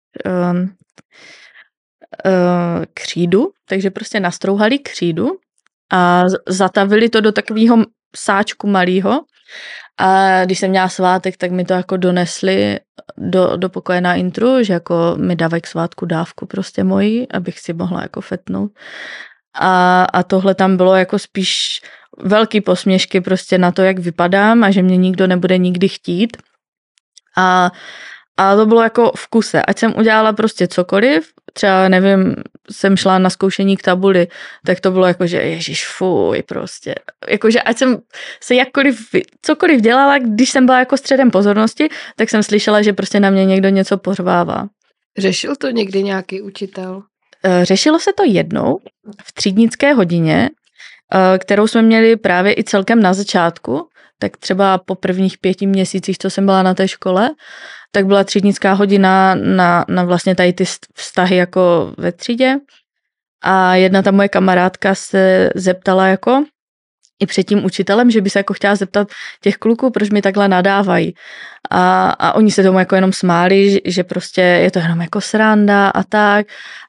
křídu, takže prostě nastrouhali křídu a zatavili to do takového sáčku malého a když jsem měla svátek, tak mi to jako donesli do pokoje na intru, že jako mi dávají k svátku dávku prostě moji, abych si mohla jako fetnout. A tohle tam bylo jako spíš velký posměšky prostě na to, jak vypadám a že mě nikdo nebude nikdy chtít. A to bylo jako v kuse. Ať jsem udělala prostě cokoliv, třeba nevím, jsem šla na zkoušení k tabuli, tak to bylo jako, že ježiš, fuj, prostě. Jakože ať jsem se cokoliv dělala, když jsem byla jako středem pozornosti, tak jsem slyšela, že prostě na mě někdo něco pořvává. Řešil to někdy nějaký učitel? Řešilo se to jednou v třídnické hodině, kterou jsme měli právě i celkem na začátku, tak třeba po prvních 5 měsících, co jsem byla na té škole, tak byla třídnická hodina na vlastně tady ty vztahy jako ve třídě a jedna ta moje kamarádka se zeptala jako i před tím učitelem, že by se jako chtěla zeptat těch kluků, proč mi takhle nadávají. A oni se tomu jako jenom smáli, že prostě je to jenom jako sranda a tak.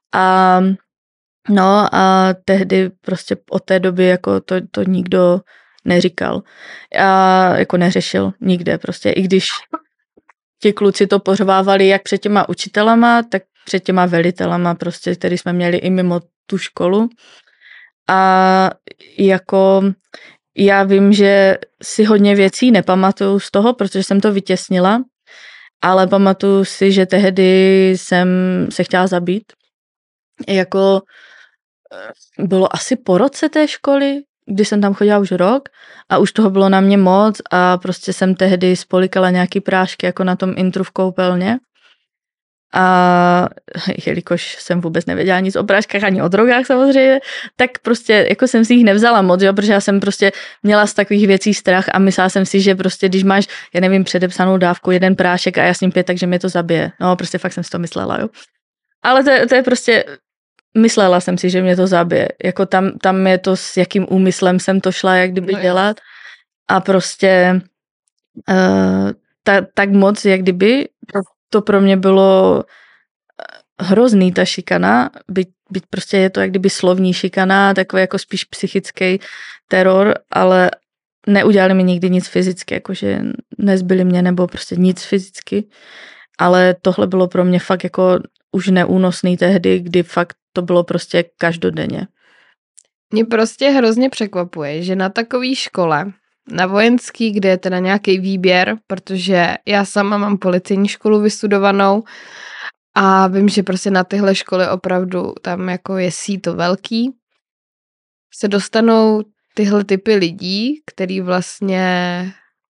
No a tehdy prostě od té doby jako to nikdo neříkal. A jako neřešil nikde prostě, i když ti kluci to pořvávali jak před těma učitelama, tak před těma velitelama prostě, který jsme měli i mimo tu školu. A jako já vím, že si hodně věcí nepamatuju z toho, protože jsem to vytěsnila, ale pamatuju si, že tehdy jsem se chtěla zabít. Jako bylo asi po roce té školy, kdy jsem tam chodila už rok a už toho bylo na mě moc a prostě jsem tehdy spolikala nějaký prášky jako na tom intru v koupelně. A jelikož jsem vůbec nevěděla nic o práškách ani o drogách samozřejmě, tak prostě jako jsem si jich nevzala moc, jo, protože já jsem prostě měla z takových věcí strach a myslela jsem si, že prostě když máš, já nevím, předepsanou dávku, 1 prášek a já s ním 5, takže mě to zabije. No prostě fakt jsem si to myslela, jo. Ale to je prostě, myslela jsem si, že mě to zabije. Jako tam je to, s jakým úmyslem jsem to šla, jak kdyby dělat. A prostě tak moc, jak kdyby, to pro mě bylo hrozný, ta šikana, byť prostě je to jak kdyby slovní šikana, takový jako spíš psychický teror, ale neudělali mi nikdy nic fyzicky, jakože nezbyli mě nebo prostě nic fyzicky, ale tohle bylo pro mě fakt jako už neúnosný tehdy, kdy fakt to bylo prostě každodenně. Mě prostě hrozně překvapuje, že na takové škole, na vojenský, kde je teda nějaký výběr, protože já sama mám policejní školu vystudovanou a vím, že prostě na tyhle školy opravdu tam jako je síto velký, se dostanou tyhle typy lidí, který vlastně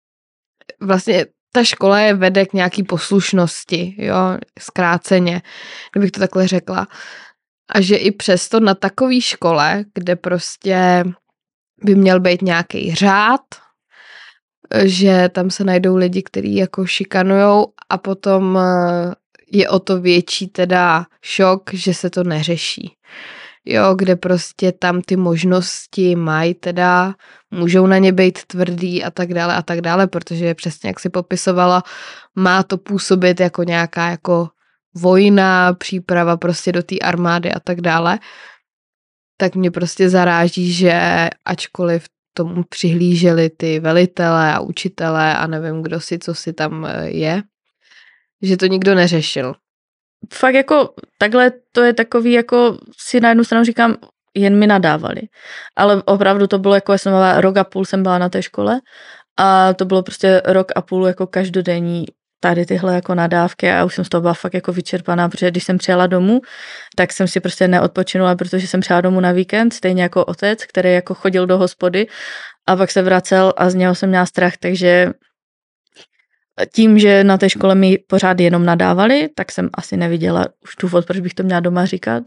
ta škola je vede k nějaký poslušnosti, jo, zkráceně, kdybych to takhle řekla. A že i přesto na takové škole, kde prostě by měl být nějaký řád, že tam se najdou lidi, kteří jako šikanujou a potom je o to větší teda šok, že se to neřeší. Jo, kde prostě tam ty možnosti mají teda, můžou na ně být tvrdý a tak dále, protože přesně jak si popisovala, má to působit jako nějaká jako vojna, příprava prostě do té armády a tak dále, tak mě prostě zaráží, že ačkoliv tomu přihlíželi ty velitelé a učitelé a nevím kdo si, co si tam je, že to nikdo neřešil. Fakt jako takhle to je takový, jako si na jednu stranu říkám, jen mi nadávali. Ale opravdu to bylo jako, já jsem byla 1,5 roku jsem byla na té škole a to bylo prostě 1,5 roku jako každodenní tady tyhle jako nadávky a už jsem z toho byla fakt jako vyčerpaná, protože když jsem přijela domů, tak jsem si prostě neodpočinula, protože jsem přijela domů na víkend, stejně jako otec, který jako chodil do hospody a pak se vracel a z něho jsem měla strach, takže tím, že na té škole mi pořád jenom nadávali, tak jsem asi neviděla už důvod, proč bych to měla doma říkat.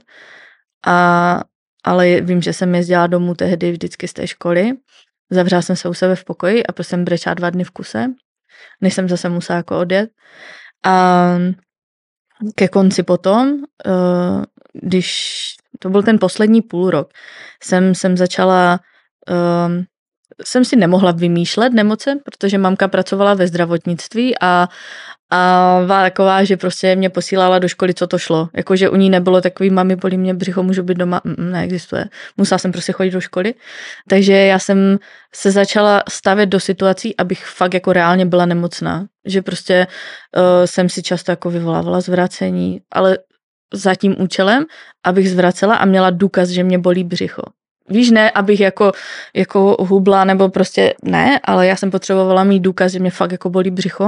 Ale vím, že jsem jezdila domů tehdy vždycky z té školy. Zavřela jsem se u sebe v pokoji a prostě jsem brečela 2 dny v kuse, než jsem zase musela jako odjet. A ke konci potom, když to byl ten poslední půlrok, jsem začala, jsem si nemohla vymýšlet nemoce, protože mamka pracovala ve zdravotnictví a byla taková, že prostě mě posílala do školy, co to šlo. Jakože u ní nebylo takový, mami, bolí mě břicho, můžu být doma, neexistuje. Musela jsem prostě chodit do školy. Takže já jsem se začala stavět do situací, abych fakt jako reálně byla nemocná. Že prostě jsem si často jako vyvolávala zvracení, ale za tím účelem, abych zvracela a měla důkaz, že mě bolí břicho. Víš, ne, abych jako hubla, nebo prostě ne, ale já jsem potřebovala mít důkaz, že mě fakt jako bolí břicho.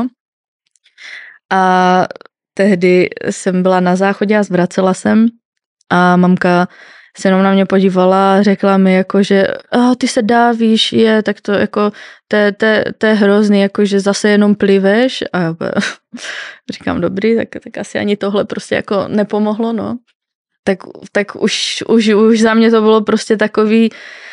A tehdy jsem byla na záchodě a zvracela jsem a mamka se jenom na mě podívala a řekla mi jako, že ty se dávíš, tak to jako, to je hrozný, jako, že zase jenom pliveš a já říkám, dobrý, tak asi ani tohle prostě jako nepomohlo, no. Tak už za mě to bylo prostě takový,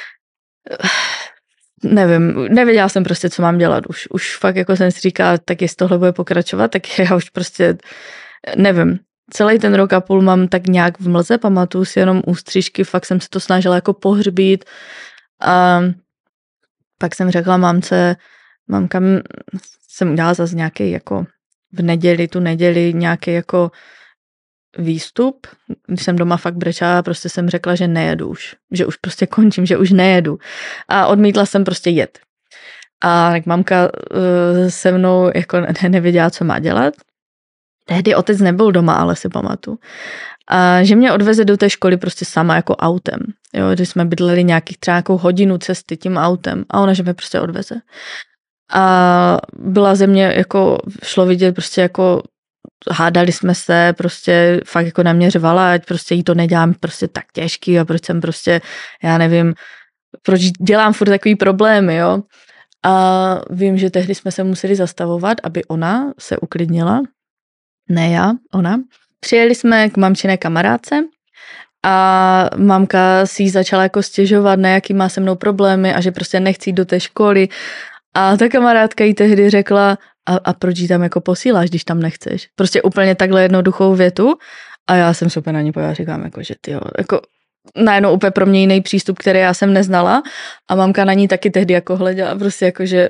nevím, nevěděla jsem prostě, co mám dělat. Už fakt jako jsem si říkala, tak jestli tohle bude pokračovat, tak já už prostě nevím. Celý ten rok a půl mám tak nějak v mlze, pamatuju si jenom ústřížky, fakt jsem se to snažila jako pohřbít a pak jsem řekla mamka, jsem udělala zase nějaký jako tu neděli nějaký jako výstup, když jsem doma fakt brečela, prostě jsem řekla, že nejedu už, že už prostě končím, že už nejedu a odmítla jsem prostě jet. A tak mamka se mnou jako nevěděla, co má dělat. Tehdy otec nebyl doma, ale si pamatuju. A že mě odveze do té školy prostě sama jako autem. Jo, když jsme bydleli nějakých třeba nějakou hodinu cesty tím autem a ona, že mě prostě odveze. A byla ze mě jako, šlo vidět prostě jako hádali jsme se, prostě fakt jako na mě řvala, ať prostě jí to nedělám prostě tak těžký a proč jsem prostě, já nevím, proč dělám furt takový problémy, jo. A vím, že tehdy jsme se museli zastavovat, aby ona se uklidnila. Ne já, ona. Přijeli jsme k mamčiné kamarádce a mamka si jí začala jako stěžovat, na jaký má se mnou problémy a že prostě nechci jít do té školy. A ta kamarádka jí tehdy řekla, a proč jí tam jako posíláš, když tam nechceš? Prostě úplně takhle jednoduchou větu a já jsem se úplně na ní pojela, říkám, jako, že tyjo, jako najednou úplně pro mě jiný přístup, který já jsem neznala a mamka na ní taky tehdy jako hleděla, prostě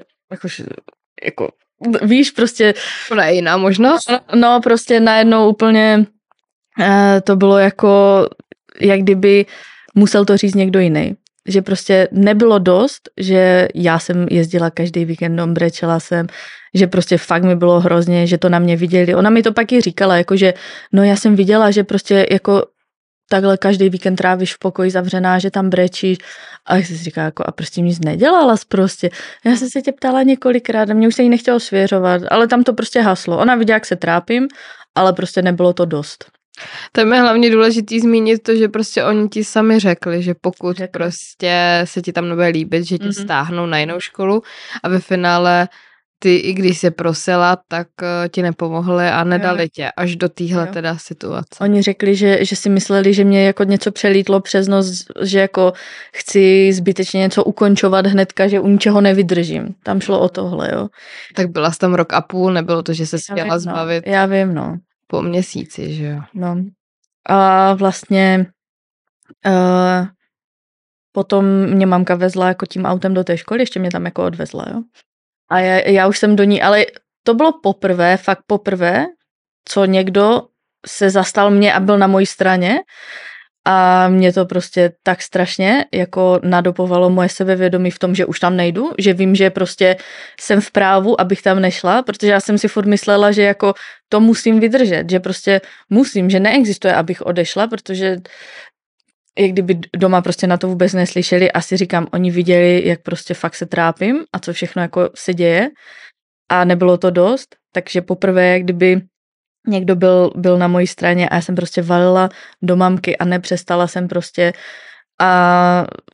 jako víš, prostě ona je jiná možnost. No, prostě najednou úplně to bylo jako, jak kdyby musel to říct někdo jiný. Že prostě nebylo dost, že já jsem jezdila každý víkend, brečela jsem, že prostě fakt mi bylo hrozně, že to na mě viděli. Ona mi to pak i říkala, jakože, no já jsem viděla, že prostě jako takhle každý víkend trávíš v pokoji zavřená, že tam brečíš. A jak jsi si říkala, jako, a prostě nic nedělala prostě. Já jsem se tě ptala několikrát a mě už se jí nechtělo svěřovat, ale tam to prostě haslo. Ona viděla, jak se trápím, ale prostě nebylo to dost. Tam je hlavně důležitý zmínit to, že prostě oni ti sami řekli, že pokud prostě se ti tam nebude líbit, že tě stáhnou na jinou školu a ve finále ty, i když se prosila, tak ti nepomohli a nedali tě až do téhle teda situace. Oni řekli, že si mysleli, že mě jako něco přelítlo přes nos, že jako chci zbytečně něco ukončovat hnedka, že u ničeho nevydržím. Tam šlo o tohle, jo. Tak byla jsi tam rok a půl, nebylo to, že se chtěla zbavit. Já vím, no. Po měsíci, že jo. No. A vlastně potom mě mamka vezla jako tím autem do té školy, ještě mě tam jako odvezla, jo. A já už jsem do ní, ale to bylo fakt poprvé, co někdo se zastal mě a byl na mojí straně a mě to prostě tak strašně jako nadopovalo moje sebevědomí v tom, že už tam nejdu, že vím, že prostě jsem v právu, abych tam nešla, protože já jsem si furt myslela, že jako to musím vydržet, že prostě musím, že neexistuje, abych odešla, protože jak kdyby doma prostě na to vůbec neslyšeli, asi říkám, oni viděli, jak prostě fakt se trápím a co všechno jako se děje a nebylo to dost, takže poprvé, jak kdyby někdo byl na mojí straně a já jsem prostě valila do mamky a nepřestala jsem prostě a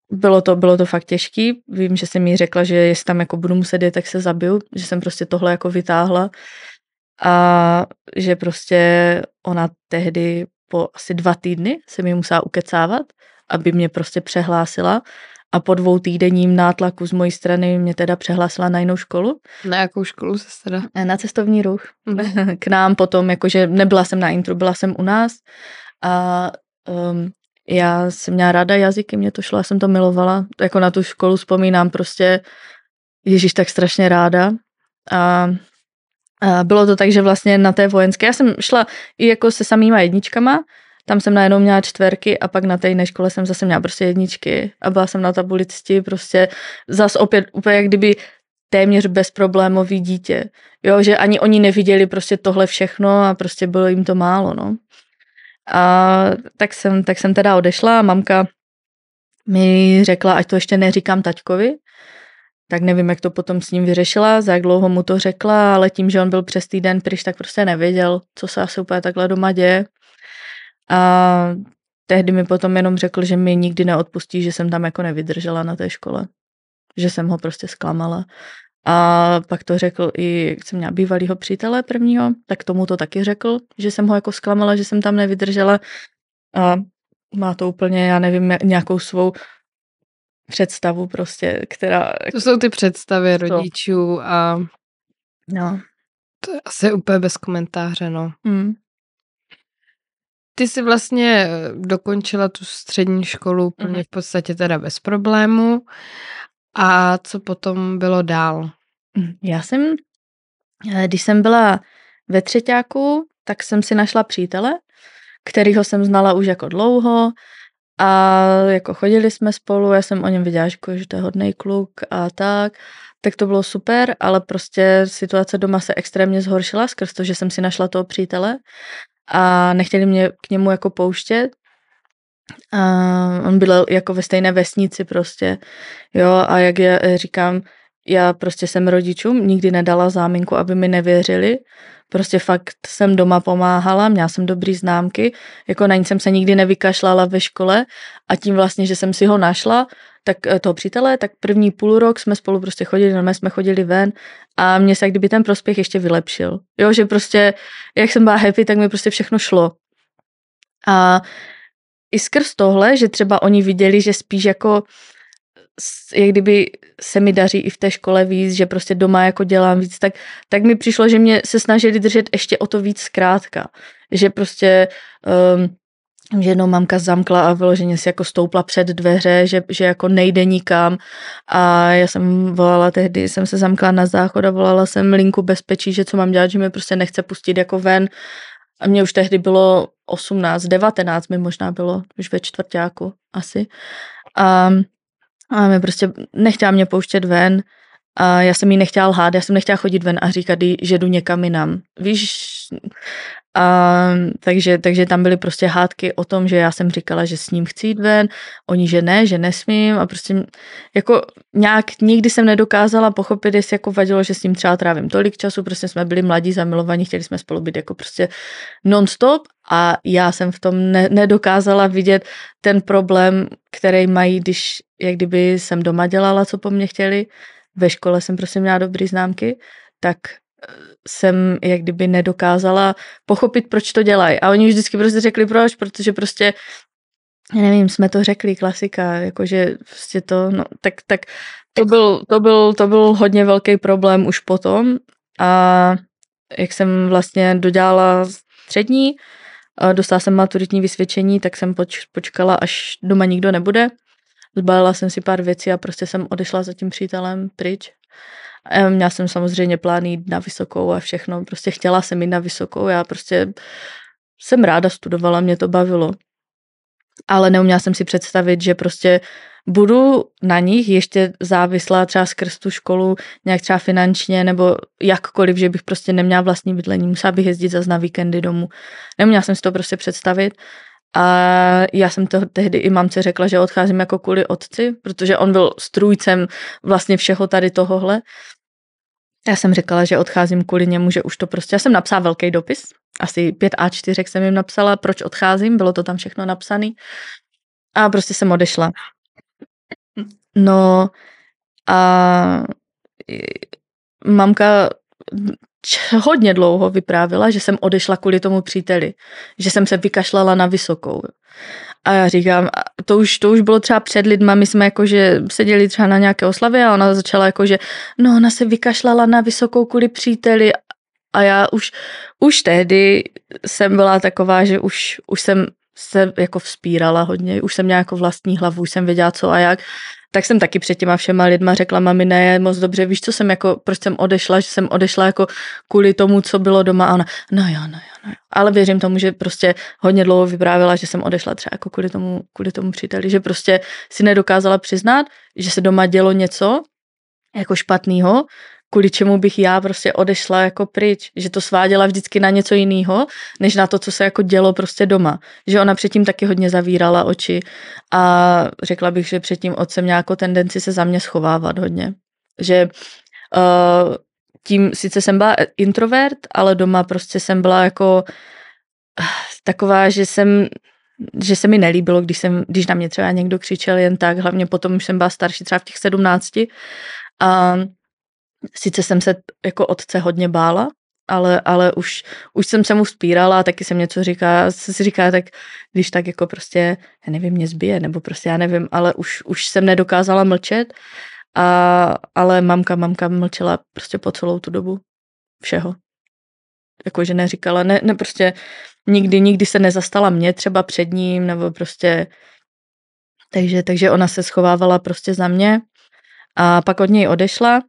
bylo to fakt těžký. Vím, že jsem jí řekla, že jestli tam jako budu muset jít, tak se zabiju, že jsem prostě tohle jako vytáhla a že prostě ona tehdy po asi 2 týdny se mi musela ukecávat, aby mě prostě přehlásila a po 2 týdenním nátlaku z mojí strany mě teda přehlásila na jinou školu. Na jakou školu se teda? Na cestovní ruch. K nám potom, jakože nebyla jsem na intru, byla jsem u nás a já jsem měla ráda jazyky, mě to šlo, já jsem to milovala. Jako na tu školu vzpomínám prostě Ježíš tak strašně ráda. A bylo to tak, že vlastně na té vojenské, já jsem šla i jako se samýma jedničkama, tam jsem najednou měla 4 a pak na té jiné škole jsem zase měla prostě 1 a byla jsem na tabuli cti prostě zas opět úplně jak kdyby téměř bezproblémový dítě. Jo, že ani oni neviděli prostě tohle všechno a prostě bylo jim to málo, no. A tak jsem teda odešla a mamka mi řekla, ať to ještě neříkám taťkovi, tak nevím, jak to potom s ním vyřešila, za jak dlouho mu to řekla, ale tím, že on byl přes týden pryč, tak prostě nevěděl, co se asi úplně takhle doma děje. A tehdy mi potom jenom řekl, že mi nikdy neodpustí, že jsem tam jako nevydržela na té škole. Že jsem ho prostě zklamala. A pak to řekl i, jak jsem měla bývalýho přítele prvního, tak tomu to taky řekl, že jsem ho jako zklamala, že jsem tam nevydržela. A má to úplně, já nevím, nějakou svou představu prostě, která... To jsou ty představy rodičů a no. To je asi úplně bez komentáře, no. Ty jsi vlastně dokončila tu střední školu úplně v podstatě teda bez problému. A co potom bylo dál? Já jsem, když jsem byla ve 3. tak jsem si našla přítele, kterýho jsem znala už jako dlouho a jako chodili jsme spolu, já jsem o něm viděla, že to je hodnej kluk a tak to bylo super, ale prostě situace doma se extrémně zhoršila skrz to, že jsem si našla toho přítele a nechtěli mě k němu jako pouštět. A on byl jako ve stejné vesnici prostě, jo, a jak já říkám, já prostě jsem rodičům nikdy nedala záminku, aby mi nevěřili, prostě fakt jsem doma pomáhala, měla jsem dobrý známky, jako na nic jsem se nikdy nevykašlala ve škole a tím vlastně, že jsem si ho našla, tak toho přítele, tak první půlrok jsme spolu prostě chodili, normálně jsme chodili ven a mně se jak kdyby ten prospěch ještě vylepšil, jo, že prostě, jak jsem byla happy, tak mi prostě všechno šlo. A i skrz tohle, že třeba oni viděli, že spíš jako jak kdyby se mi daří i v té škole víc, že prostě doma jako dělám víc, tak mi přišlo, že mě se snažili držet ještě o to víc zkrátka. Že prostě že jednou mamka zamkla a vyloženě si jako stoupla před dveře, že jako nejde nikam a já jsem volala tehdy, jsem se zamkla na záchod a volala jsem linku bezpečí, že co mám dělat, že mě prostě nechce pustit jako ven a mě už tehdy bylo 18, 19 mi možná bylo, už ve 4. asi. A mě prostě nechtěla mě pouštět ven a já jsem jí nechtěla lhát, já jsem nechtěla chodit ven a říkat jí, že jdu někam jinam. Víš? Takže tam byly prostě hádky o tom, že já jsem říkala, že s ním chci jít ven, oni, že nesmím a prostě jako nějak nikdy jsem nedokázala pochopit, jestli jako vadilo, že s ním třeba trávím tolik času, prostě jsme byli mladí, zamilovaní, chtěli jsme spolu být jako prostě non-stop a já jsem v tom nedokázala vidět ten problém, který mají, když jak kdyby jsem doma dělala, co po mně chtěli, ve škole jsem prostě měla dobrý známky, tak jsem jak kdyby nedokázala pochopit, proč to dělají. A oni vždycky prostě řekli proč, protože prostě, nevím, jsme to řekli, klasika, jakože prostě to, no, tak to byl hodně velký problém už potom a jak jsem vlastně dodělala střední, dostala jsem maturitní vysvědčení, tak jsem počkala, až doma nikdo nebude. Zbalila jsem si pár věcí a prostě jsem odešla za tím přítelem pryč. Měla jsem samozřejmě plány jít na vysokou a všechno, prostě chtěla jsem jít na vysokou, já prostě jsem ráda studovala, mě to bavilo. Ale neuměla jsem si představit, že prostě budu na nich ještě závislá třeba skrz tu školu, nějak třeba finančně nebo jakkoliv, že bych prostě neměla vlastní bydlení, musela bych jezdit zas na víkendy domů. Neuměla jsem si to prostě představit. A já jsem to tehdy i mamce řekla, že odcházím jako kvůli otci, protože on byl strůjcem vlastně všeho tady tohohle. Já jsem řekla, že odcházím kvůli němu, že už to prostě, já jsem napsala velký dopis, asi 5 A4 jsem jim napsala, proč odcházím, bylo to tam všechno napsané a prostě jsem odešla. No a mamka hodně dlouho vyprávila, že jsem odešla kvůli tomu příteli, že jsem se vykašlala na vysokou. A já říkám, to už bylo třeba před lidma, my jsme jakože seděli třeba na nějaké oslavě a ona začala jakože, no ona se vykašlala na vysokou kvůli příteli a já už tehdy jsem byla taková, že už jsem se jako vzpírala hodně, už jsem měla jako vlastní hlavu, už jsem věděla co a jak, tak jsem taky před těma všema lidma řekla, mami, ne, moc dobře, víš, co jsem jako, proč jsem odešla, že jsem odešla jako kvůli tomu, co bylo doma a ona, no jo. Ale věřím tomu, že prostě hodně dlouho vyprávila, že jsem odešla třeba jako kvůli tomu příteli, že prostě si nedokázala přiznat, že se doma dělo něco jako špatného, kvůli čemu bych já prostě odešla jako pryč, že to sváděla vždycky na něco jiného, než na to, co se jako dělo prostě doma. Že ona předtím taky hodně zavírala oči a řekla bych, že předtím otcem měla jako tendenci se za mě schovávat hodně. Že tím sice jsem byla introvert, ale doma prostě jsem byla jako taková, že se mi nelíbilo, když na mě třeba někdo křičel jen tak, hlavně potom už jsem byla starší, třeba v těch 17 a sice jsem se jako otce hodně bála, ale už jsem se mu vzpírala a taky jsem něco říká, tak když tak jako prostě, já nevím, mě zbije, nebo prostě já nevím, ale už jsem nedokázala mlčet, ale mamka mlčela prostě po celou tu dobu všeho. Jakože neříkala, ne prostě nikdy se nezastala mě třeba před ním, nebo prostě, takže ona se schovávala prostě za mě a pak od něj odešla.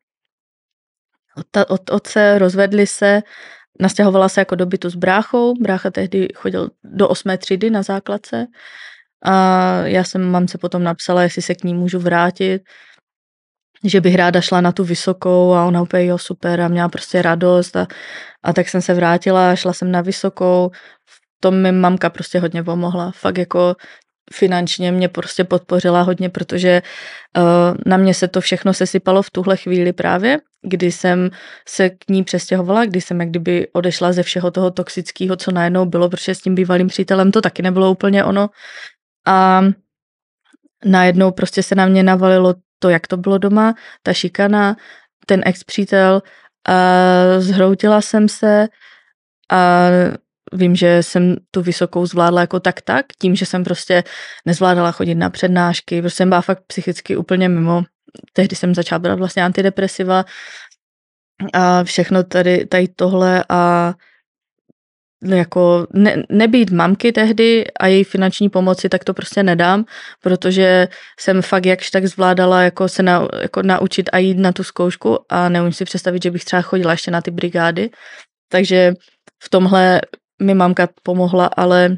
Od otce rozvedli se, nastěhovala se jako do bytu s bráchou. Brácha tehdy chodil do 8. třídy na základce a já jsem mamce potom napsala, jestli se k ní můžu vrátit, že bych ráda šla na tu vysokou a ona úplně jo super a měla prostě radost a tak jsem se vrátila, šla jsem na vysokou. V tom mi mamka prostě hodně pomohla. Fakt jako finančně mě prostě podpořila hodně, protože na mě se to všechno sesypalo v tuhle chvíli právě, kdy jsem se k ní přestěhovala, kdy jsem jak kdyby odešla ze všeho toho toxického, co najednou bylo, protože s tím bývalým přítelem to taky nebylo úplně ono. A najednou prostě se na mě navalilo to, jak to bylo doma, ta šikana, ten ex-přítel, a zhroutila jsem se a vím, že jsem tu vysokou zvládla jako tak, tím, že jsem prostě nezvládala chodit na přednášky, prostě jsem byla fakt psychicky úplně mimo. Tehdy jsem začala brát vlastně antidepresiva a všechno tady tohle a jako nebýt mamky tehdy a její finanční pomoci, tak to prostě nedám, protože jsem fakt jakž tak zvládala jako se naučit a jít na tu zkoušku a neumím si představit, že bych třeba chodila ještě na ty brigády. Takže v tomhle mi mamka pomohla, ale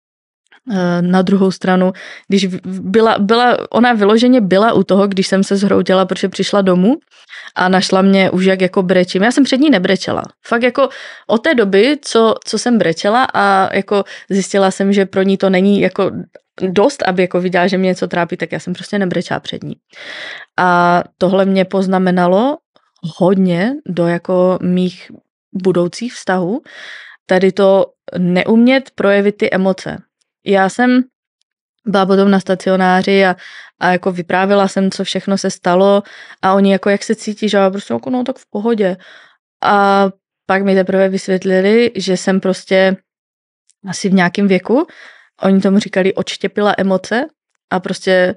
na druhou stranu, když ona vyloženě byla u toho, když jsem se zhroutila, protože přišla domů a našla mě už jak jako brečím. Já jsem před ní nebrečela. Fakt jako od té doby, co jsem brečela a jako zjistila jsem, že pro ní to není jako dost, aby jako viděla, že mě něco trápí, tak já jsem prostě nebrečela před ní. A tohle mě poznamenalo hodně do jako mých budoucích vztahů. Tady to neumět projevit ty emoce. Já jsem byla potom na stacionáři a jako vyprávila jsem, co všechno se stalo a oni jako jak se cítí, že já prostě jako no tak v pohodě. A pak mi teprve vysvětlili, že jsem prostě asi v nějakém věku, oni tomu říkali odštěpila emoce a prostě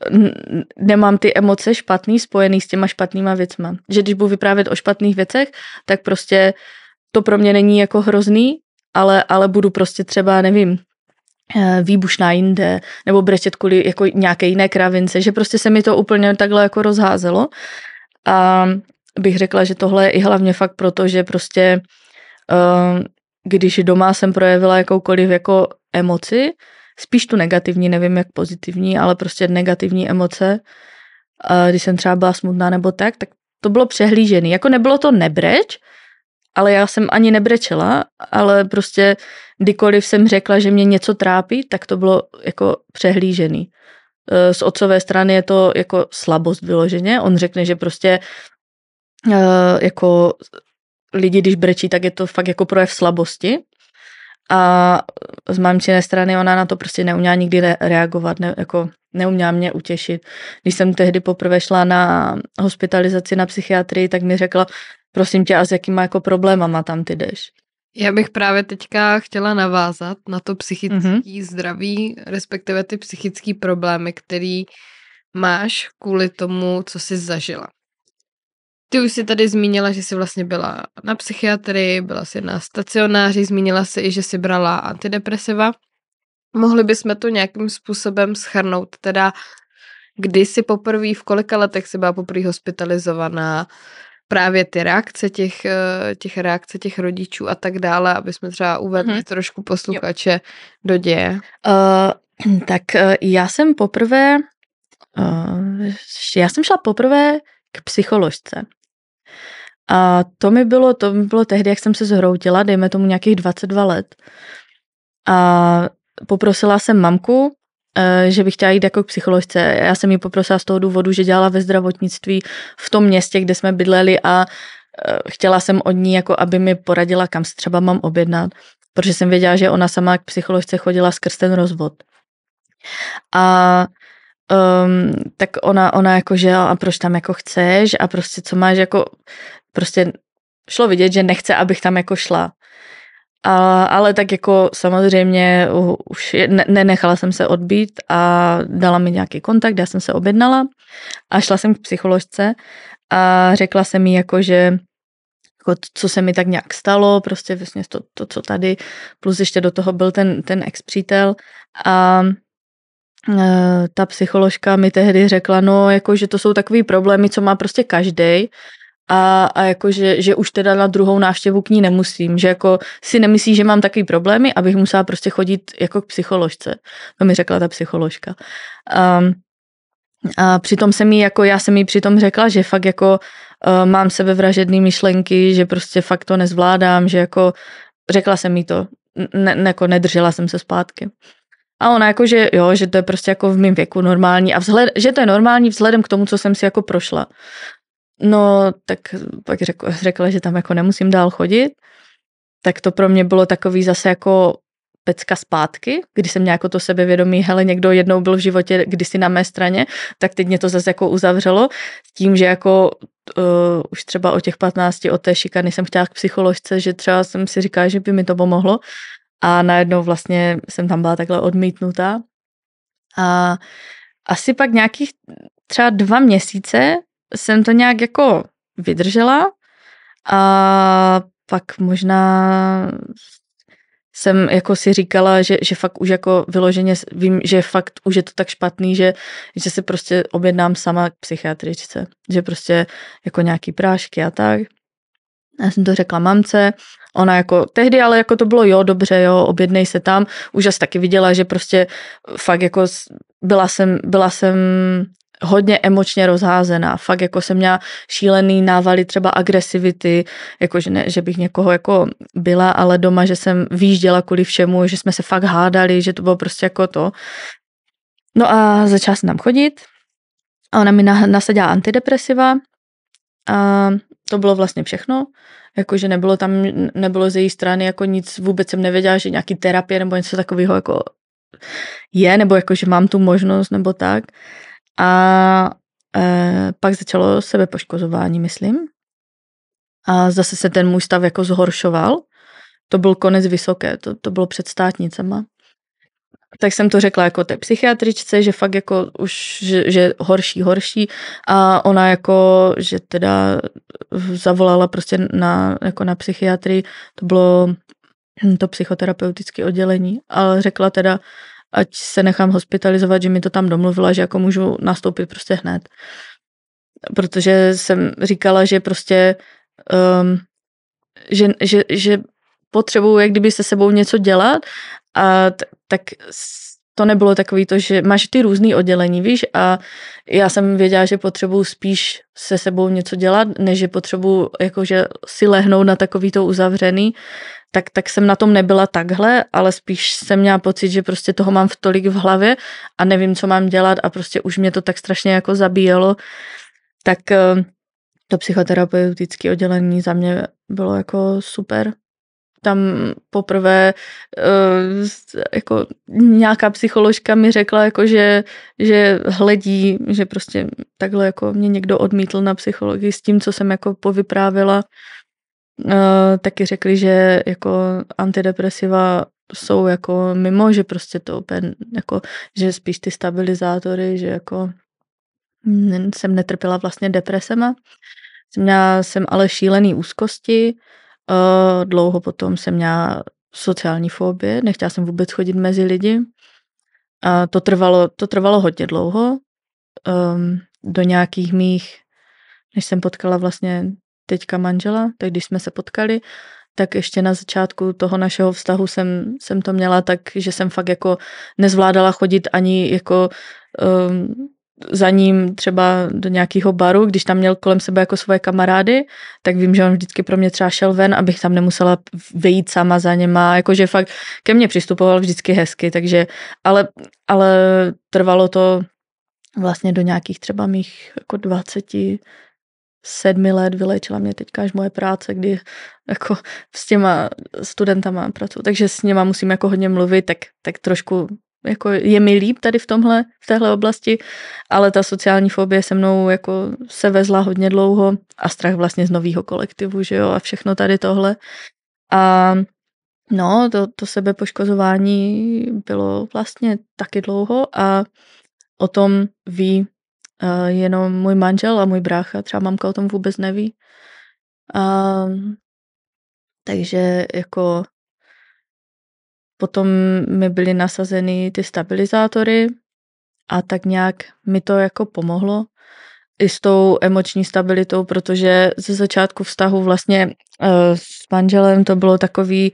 nemám ty emoce špatný, spojený s těma špatnýma věcma. Že když budu vyprávět o špatných věcech, tak prostě to pro mě není jako hrozný, ale budu prostě třeba, nevím, výbušná jinde, nebo brečet kvůli jako nějaké jiné kravince, že prostě se mi to úplně takhle jako rozházelo. A bych řekla, že tohle je i hlavně fakt proto, že prostě když doma jsem projevila jakoukoliv jako emoci, spíš tu negativní, nevím jak pozitivní, ale prostě negativní emoce, když jsem třeba byla smutná nebo tak to bylo přehlížený. Jako nebylo to nebreč, ale já jsem ani nebrečela, ale prostě kdykoliv jsem řekla, že mě něco trápí, tak to bylo jako přehlížený. Z otcové strany je to jako slabost vyloženě. On řekne, že prostě jako lidi, když brečí, tak je to fakt jako projev slabosti. A z mamčiné strany ona na to prostě neuměla nikdy reagovat, neuměla mě utěšit. Když jsem tehdy poprvé šla na hospitalizaci na psychiatrii, tak mi řekla, prosím tě, a s jakýma jako problémama tam ty jdeš? Já bych právě teďka chtěla navázat na to psychické zdraví, respektive ty psychické problémy, který máš kvůli tomu, co jsi zažila. Ty už jsi tady zmínila, že jsi vlastně byla na psychiatrii, byla jsi na stacionáři, zmínila jsi i, že jsi brala antidepresiva. Mohli bychom to nějakým způsobem shrnout, teda kdy jsi poprvé, v kolika letech jsi byla poprvé hospitalizovaná, právě ty reakce těch rodičů a tak dále, aby jsme třeba uvedli trošku posluchače do děje. Já jsem šla poprvé k psycholožce. A to mi bylo tehdy, jak jsem se zhroutila, dejme tomu nějakých 22 let. A poprosila jsem mamku, že bych chtěla jít jako k psycholožce. Já jsem ji poprosila z toho důvodu, že dělala ve zdravotnictví v tom městě, kde jsme bydleli a chtěla jsem od ní, jako aby mi poradila, kam se třeba mám objednat, protože jsem věděla, že ona sama k psycholožce chodila skrz ten rozvod. A tak ona jakože, a proč tam jako chceš a prostě co máš, jako prostě šlo vidět, že nechce, abych tam jako šla. Ale tak jako samozřejmě už nenechala jsem se odbít a dala mi nějaký kontakt, já jsem se objednala a šla jsem k psycholožce a řekla jsem jí jako, že jako co se mi tak nějak stalo, prostě vlastně to, co tady, plus ještě do toho byl ten ex-přítel a ta psycholožka mi tehdy řekla, no jako, že to jsou takový problémy, co má prostě každej a jako, že už teda na druhou návštěvu k ní nemusím, že jako si nemyslí, že mám takový problémy, abych musela prostě chodit jako k psycholožce. To mi řekla ta psycholožka. A přitom já jsem jí přitom řekla, že fakt jako mám sebevražedné myšlenky, že prostě fakt to nezvládám, že jako řekla jsem jí to, jako nedržela jsem se zpátky. A ona jako, že jo, že to je prostě jako v mém věku normální a že to je normální vzhledem k tomu, co jsem si jako prošla. No, tak pak řekla, že tam jako nemusím dál chodit, tak to pro mě bylo takový zase jako pecka zpátky, kdy jsem měla jako to sebevědomí, hele, někdo jednou byl v životě kdysi na mé straně, tak teď mě to zase jako uzavřelo s tím, že jako už třeba o těch 15 od té šikany jsem chtěla k psycholožce, že třeba jsem si říkala, že by mi to pomohlo a najednou vlastně jsem tam byla takhle odmítnutá a asi pak nějakých třeba 2 měsíce jsem to nějak jako vydržela a pak možná jsem jako si říkala, že fakt už jako vyloženě vím, že fakt už je to tak špatný, že se prostě objednám sama k psychiatričce, že prostě jako nějaký prášky a tak. Já jsem to řekla mamce, ona jako tehdy, ale jako to bylo jo, dobře, jo, objednej se tam. Už asi taky viděla, že prostě fakt jako byla jsem hodně emočně rozházená. Fakt jako jsem měla šílený návaly třeba agresivity, jakože ne, že bych někoho jako byla, ale doma, že jsem výjížděla kvůli všemu, že jsme se fakt hádali, že to bylo prostě jako to. No a začala jsem tam chodit a ona mi nasadila antidepresiva a to bylo vlastně všechno. Jakože nebylo z její strany jako nic, vůbec jsem nevěděla, že nějaký terapie nebo něco takového jako je, nebo jako, že mám tu možnost nebo tak. A pak začalo sebepoškozování, myslím. A zase se ten můj stav jako zhoršoval. To byl konec vysoké, to bylo před státnicema. Tak jsem to řekla jako té psychiatričce, že fakt jako už, že horší a ona jako, že teda zavolala prostě jako na psychiatrii, to bylo to psychoterapeutické oddělení, ale řekla teda, ať se nechám hospitalizovat, že mi to tam domluvila, že jako můžu nastoupit prostě hned. Protože jsem říkala, že prostě že potřebuju jak kdyby se sebou něco dělat a tak to nebylo takový to, že máš ty různý oddělení, víš, a já jsem věděla, že potřebuju spíš se sebou něco dělat, než že potřebuju jakože si lehnout na takový to uzavřený, tak jsem na tom nebyla takhle, ale spíš jsem měla pocit, že prostě toho mám tolik v hlavě a nevím, co mám dělat a prostě už mě to tak strašně jako zabíjelo, tak to psychoterapeutické oddělení za mě bylo jako super. tam poprvé jako nějaká psycholožka mi řekla, jako že hledí, že prostě takhle jako mě někdo odmítl na psychologii s tím, co jsem jako povyprávila. Taky řekli, že jako antidepresiva jsou jako mimo, že prostě to jako, že spíš ty stabilizátory, že jako jsem netrpěla vlastně depresema. Měla jsem ale šílený úzkosti, dlouho potom jsem měla sociální fobie, nechtěla jsem vůbec chodit mezi lidi. A to trvalo hodně dlouho, do nějakých mých, než jsem potkala vlastně teďka manžela, tak když jsme se potkali, tak ještě na začátku toho našeho vztahu jsem to měla tak, že jsem fakt jako nezvládala chodit ani jako za ním třeba do nějakého baru, když tam měl kolem sebe jako svoje kamarády, tak vím, že on vždycky pro mě třeba šel ven, abych tam nemusela vejít sama za něma, jakože fakt ke mně přistupoval vždycky hezky, takže, ale trvalo to vlastně do nějakých třeba mých jako 27 let, vylečila mě teďka až moje práce, kdy jako s těma studentama pracuji, takže s něma musím jako hodně mluvit, tak trošku jako je mi líp tady v téhle oblasti, ale ta sociální fobie se mnou jako se vezla hodně dlouho a strach vlastně z nového kolektivu, že jo, a všechno tady tohle. A no, to sebepoškozování bylo vlastně taky dlouho a o tom ví jenom můj manžel a můj brácha, třeba mamka o tom vůbec neví. Takže jako potom mi byly nasazeny ty stabilizátory a tak nějak mi to jako pomohlo i s tou emoční stabilitou, protože ze začátku vztahu vlastně s manželem to bylo takový,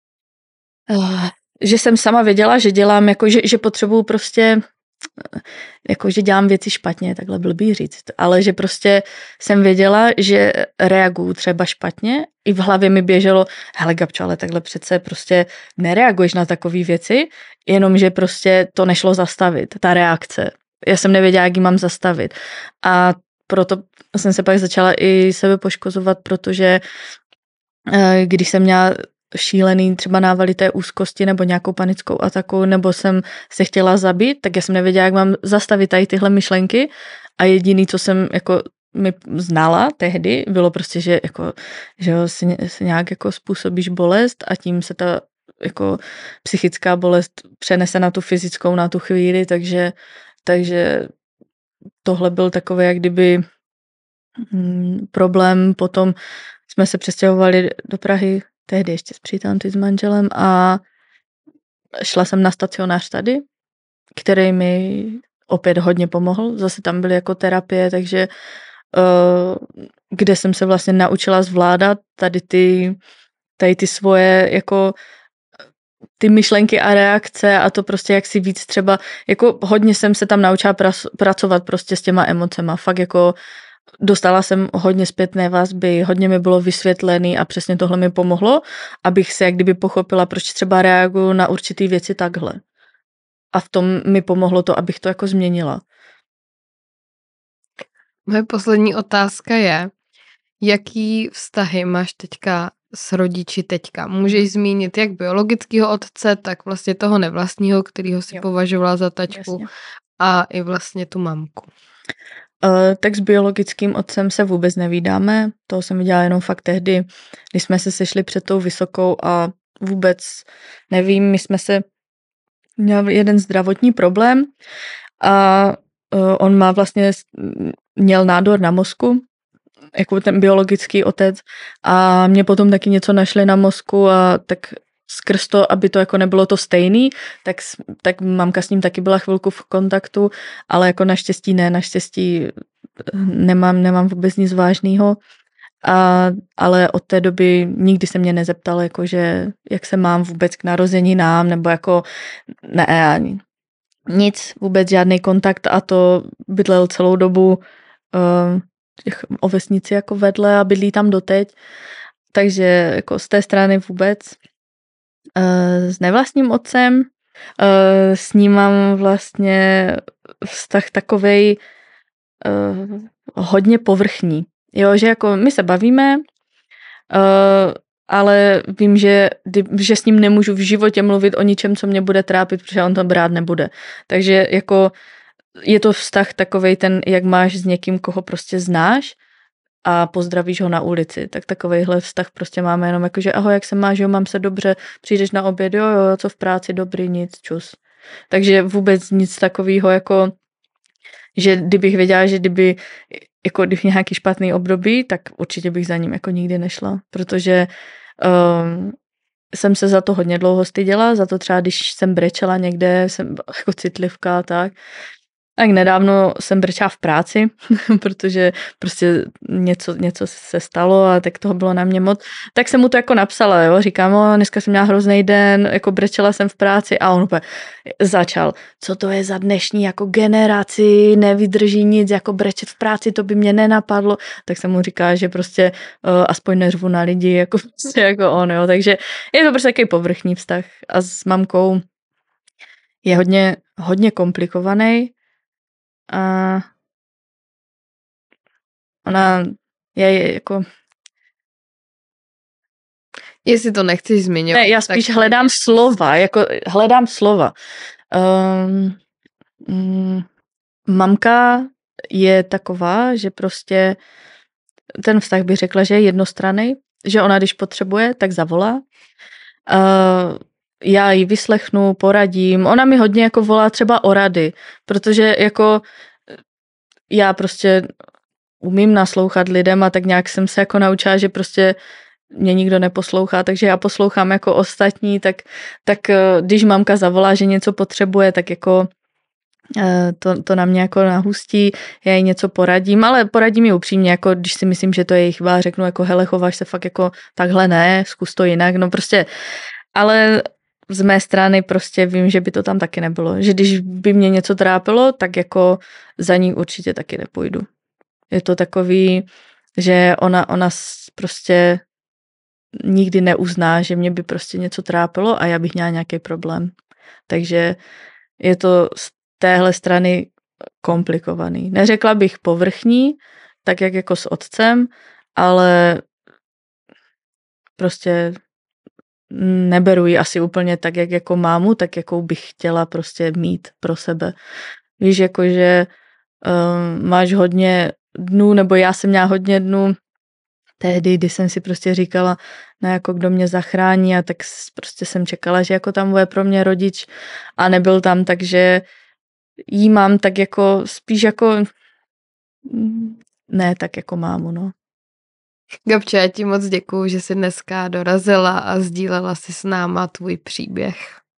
že jsem sama věděla, že dělám, jako, že potřebuju prostě, jako, že dělám věci špatně, takhle blbý říct, ale že prostě jsem věděla, že reaguju třeba špatně, i v hlavě mi běželo, hele Gabčo, ale takhle přece prostě nereaguješ na takové věci, jenomže prostě to nešlo zastavit, ta reakce. Já jsem nevěděla, jak ji mám zastavit. A proto jsem se pak začala i sebe poškozovat, protože když jsem měla šílený třeba návaly té úzkosti nebo nějakou panickou ataku, nebo jsem se chtěla zabít, tak já jsem nevěděla, jak mám zastavit tady tyhle myšlenky a jediný, co jsem jako mi znala tehdy, bylo prostě, že jako, že si nějak jako způsobíš bolest a tím se ta jako psychická bolest přenese na tu fyzickou na tu chvíli, takže tohle byl takový, jak kdyby problém. Potom jsme se přestěhovali do Prahy, tehdy ještě s přítelem, s manželem a šla jsem na stacionář tady, který mi opět hodně pomohl. Zase tam byly jako terapie, takže kde jsem se vlastně naučila zvládat tady ty svoje jako ty myšlenky a reakce a to prostě jak si víc třeba, jako hodně jsem se tam naučila pracovat prostě s těma emocema. Fakt jako dostala jsem hodně zpětné vazby, hodně mi bylo vysvětlený a přesně tohle mi pomohlo, abych se jak kdyby pochopila, proč třeba reaguju na určitý věci takhle. A v tom mi pomohlo to, abych to jako změnila. Moje poslední otázka je, jaký vztahy máš teďka s rodiči teďka? Můžeš zmínit jak biologického otce, tak vlastně toho nevlastního, kterýho si považovala za tačku. Jasně. A i vlastně tu mamku. Tak s biologickým otcem se vůbec nevídáme. To jsem viděla jenom fakt tehdy, když jsme se sešli před tou vysokou a vůbec nevím, my jsme se měli jeden zdravotní problém a on má vlastně měl nádor na mozku, jako ten biologický otec a mě potom taky něco našli na mozku a tak skrz to, aby to jako nebylo to stejný, tak mamka s ním taky byla chvilku v kontaktu, ale jako naštěstí nemám vůbec nic vážného. Ale od té doby nikdy se mě nezeptal, jakože, jak se mám vůbec k narozeninám, nebo jako ne, nic, vůbec žádný kontakt a to bydlel celou dobu o vesnici jako vedle a bydlí tam doteď. Takže jako z té strany vůbec. S nevlastním otcem, s ním mám vlastně vztah takovej hodně povrchní. Jo, že jako my se bavíme, ale vím, že s ním nemůžu v životě mluvit o ničem, co mě bude trápit, protože on to brát nebude. Takže jako je to vztah takovej ten, jak máš s někým, koho prostě znáš a pozdravíš ho na ulici. Tak takovejhle vztah prostě máme jenom jako, že ahoj, jak se máš, jo, mám se dobře, přijdeš na oběd, jo, co v práci, dobrý, nic, čus. Takže vůbec nic takového, jako, že kdybych věděla, že kdyby nějaký špatný období, tak určitě bych za ním jako nikdy nešla, protože jsem se za to hodně dlouho styděla, za to třeba, když jsem brečela někde, jsem jako citlivka, tak nedávno jsem brečela v práci, protože prostě něco se stalo a tak toho bylo na mě moc. Tak jsem mu to jako napsala, jo, říkám, dneska jsem měla hrozný den, jako brečela jsem v práci a on úplně začal, co to je za dnešní jako generaci, nevydrží nic, jako brečet v práci, to by mě nenapadlo. Tak jsem mu říkala, že prostě aspoň neřvu na lidi, jako prostě jako on, jo. Takže je to prostě takový povrchní vztah a s mamkou je hodně komplikovaný. A ona je jako... Jestli to nechceš zmiňovat. Ne, já spíš tak... hledám slova. Mamka je taková, že prostě ten vztah bych řekla, že je jednostranný, že ona, když potřebuje, tak zavolá. Já ji vyslechnu, poradím. Ona mi hodně jako volá třeba o rady, protože jako já prostě umím naslouchat lidem a tak nějak jsem se jako naučila, že prostě mě nikdo neposlouchá, takže já poslouchám jako ostatní, tak když mamka zavolá, že něco potřebuje, tak jako to na mě jako nahustí, já jí něco poradím, ale poradím ji upřímně, jako když si myslím, že to je její chyba, řeknu jako hele, chováš se fakt jako takhle ne, zkus to jinak, no prostě, ale z mé strany prostě vím, že by to tam taky nebylo. Že když by mě něco trápilo, tak jako za ní určitě taky nepůjdu. Je to takový, že ona prostě nikdy neuzná, že mě by prostě něco trápilo a já bych měla nějaký problém. Takže je to z téhle strany komplikovaný. Neřekla bych povrchní, tak jak jako s otcem, ale prostě neberu ji asi úplně tak, jak jako mámu, tak jakou bych chtěla prostě mít pro sebe. Víš, jakože máš hodně dnů, nebo já jsem měla hodně dnů tehdy, kdy jsem si prostě říkala, no jako kdo mě zachrání a tak prostě jsem čekala, že jako tam bude pro mě rodič a nebyl tam, takže jí mám tak jako spíš jako ne tak jako mámu, no. Gabčo, já ti moc děkuju, že jsi dneska dorazila a sdílela si s náma tvůj příběh.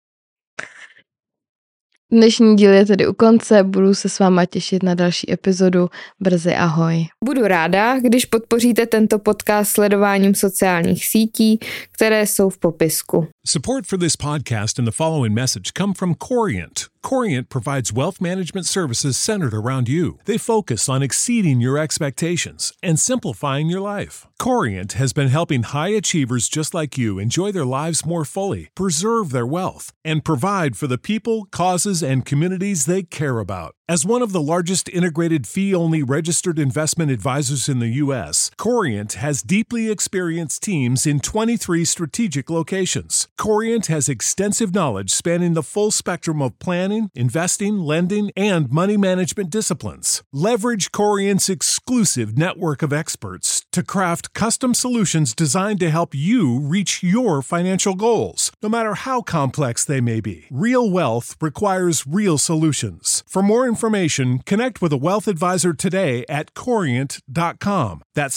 Dnešní díl je tedy u konce, budu se s váma těšit na další epizodu. Brzy ahoj. Budu ráda, když podpoříte tento podcast sledováním sociálních sítí, které jsou v popisku. Support for this podcast and the following message come from Corient. Corient provides wealth management services centered around you. They focus on exceeding your expectations and simplifying your life. Corient has been helping high achievers just like you enjoy their lives more fully, preserve their wealth, and provide for the people, causes, and communities they care about. As one of the largest integrated fee-only registered investment advisors in the U.S., Corient has deeply experienced teams in 23 strategic locations. Corient has extensive knowledge spanning the full spectrum of planning, investing, lending, and money management disciplines. Leverage Corient's exclusive network of experts to craft custom solutions designed to help you reach your financial goals, no matter how complex they may be. Real wealth requires real solutions. For more information, connect with a wealth advisor today at Corient.com. That's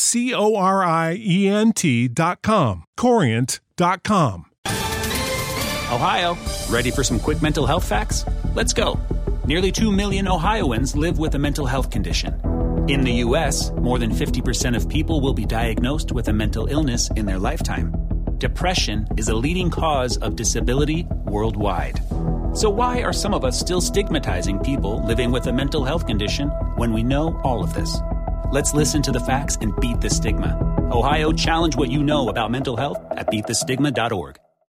Corient.com. Corient.com. Ohio, ready for some quick mental health facts? Let's go. Nearly 2 million Ohioans live with a mental health condition. In the U.S., more than 50% of people will be diagnosed with a mental illness in their lifetime. Depression is a leading cause of disability worldwide. So why are some of us still stigmatizing people living with a mental health condition when we know all of this? Let's listen to the facts and beat the stigma. Ohio, challenge what you know about mental health at beatthestigma.org.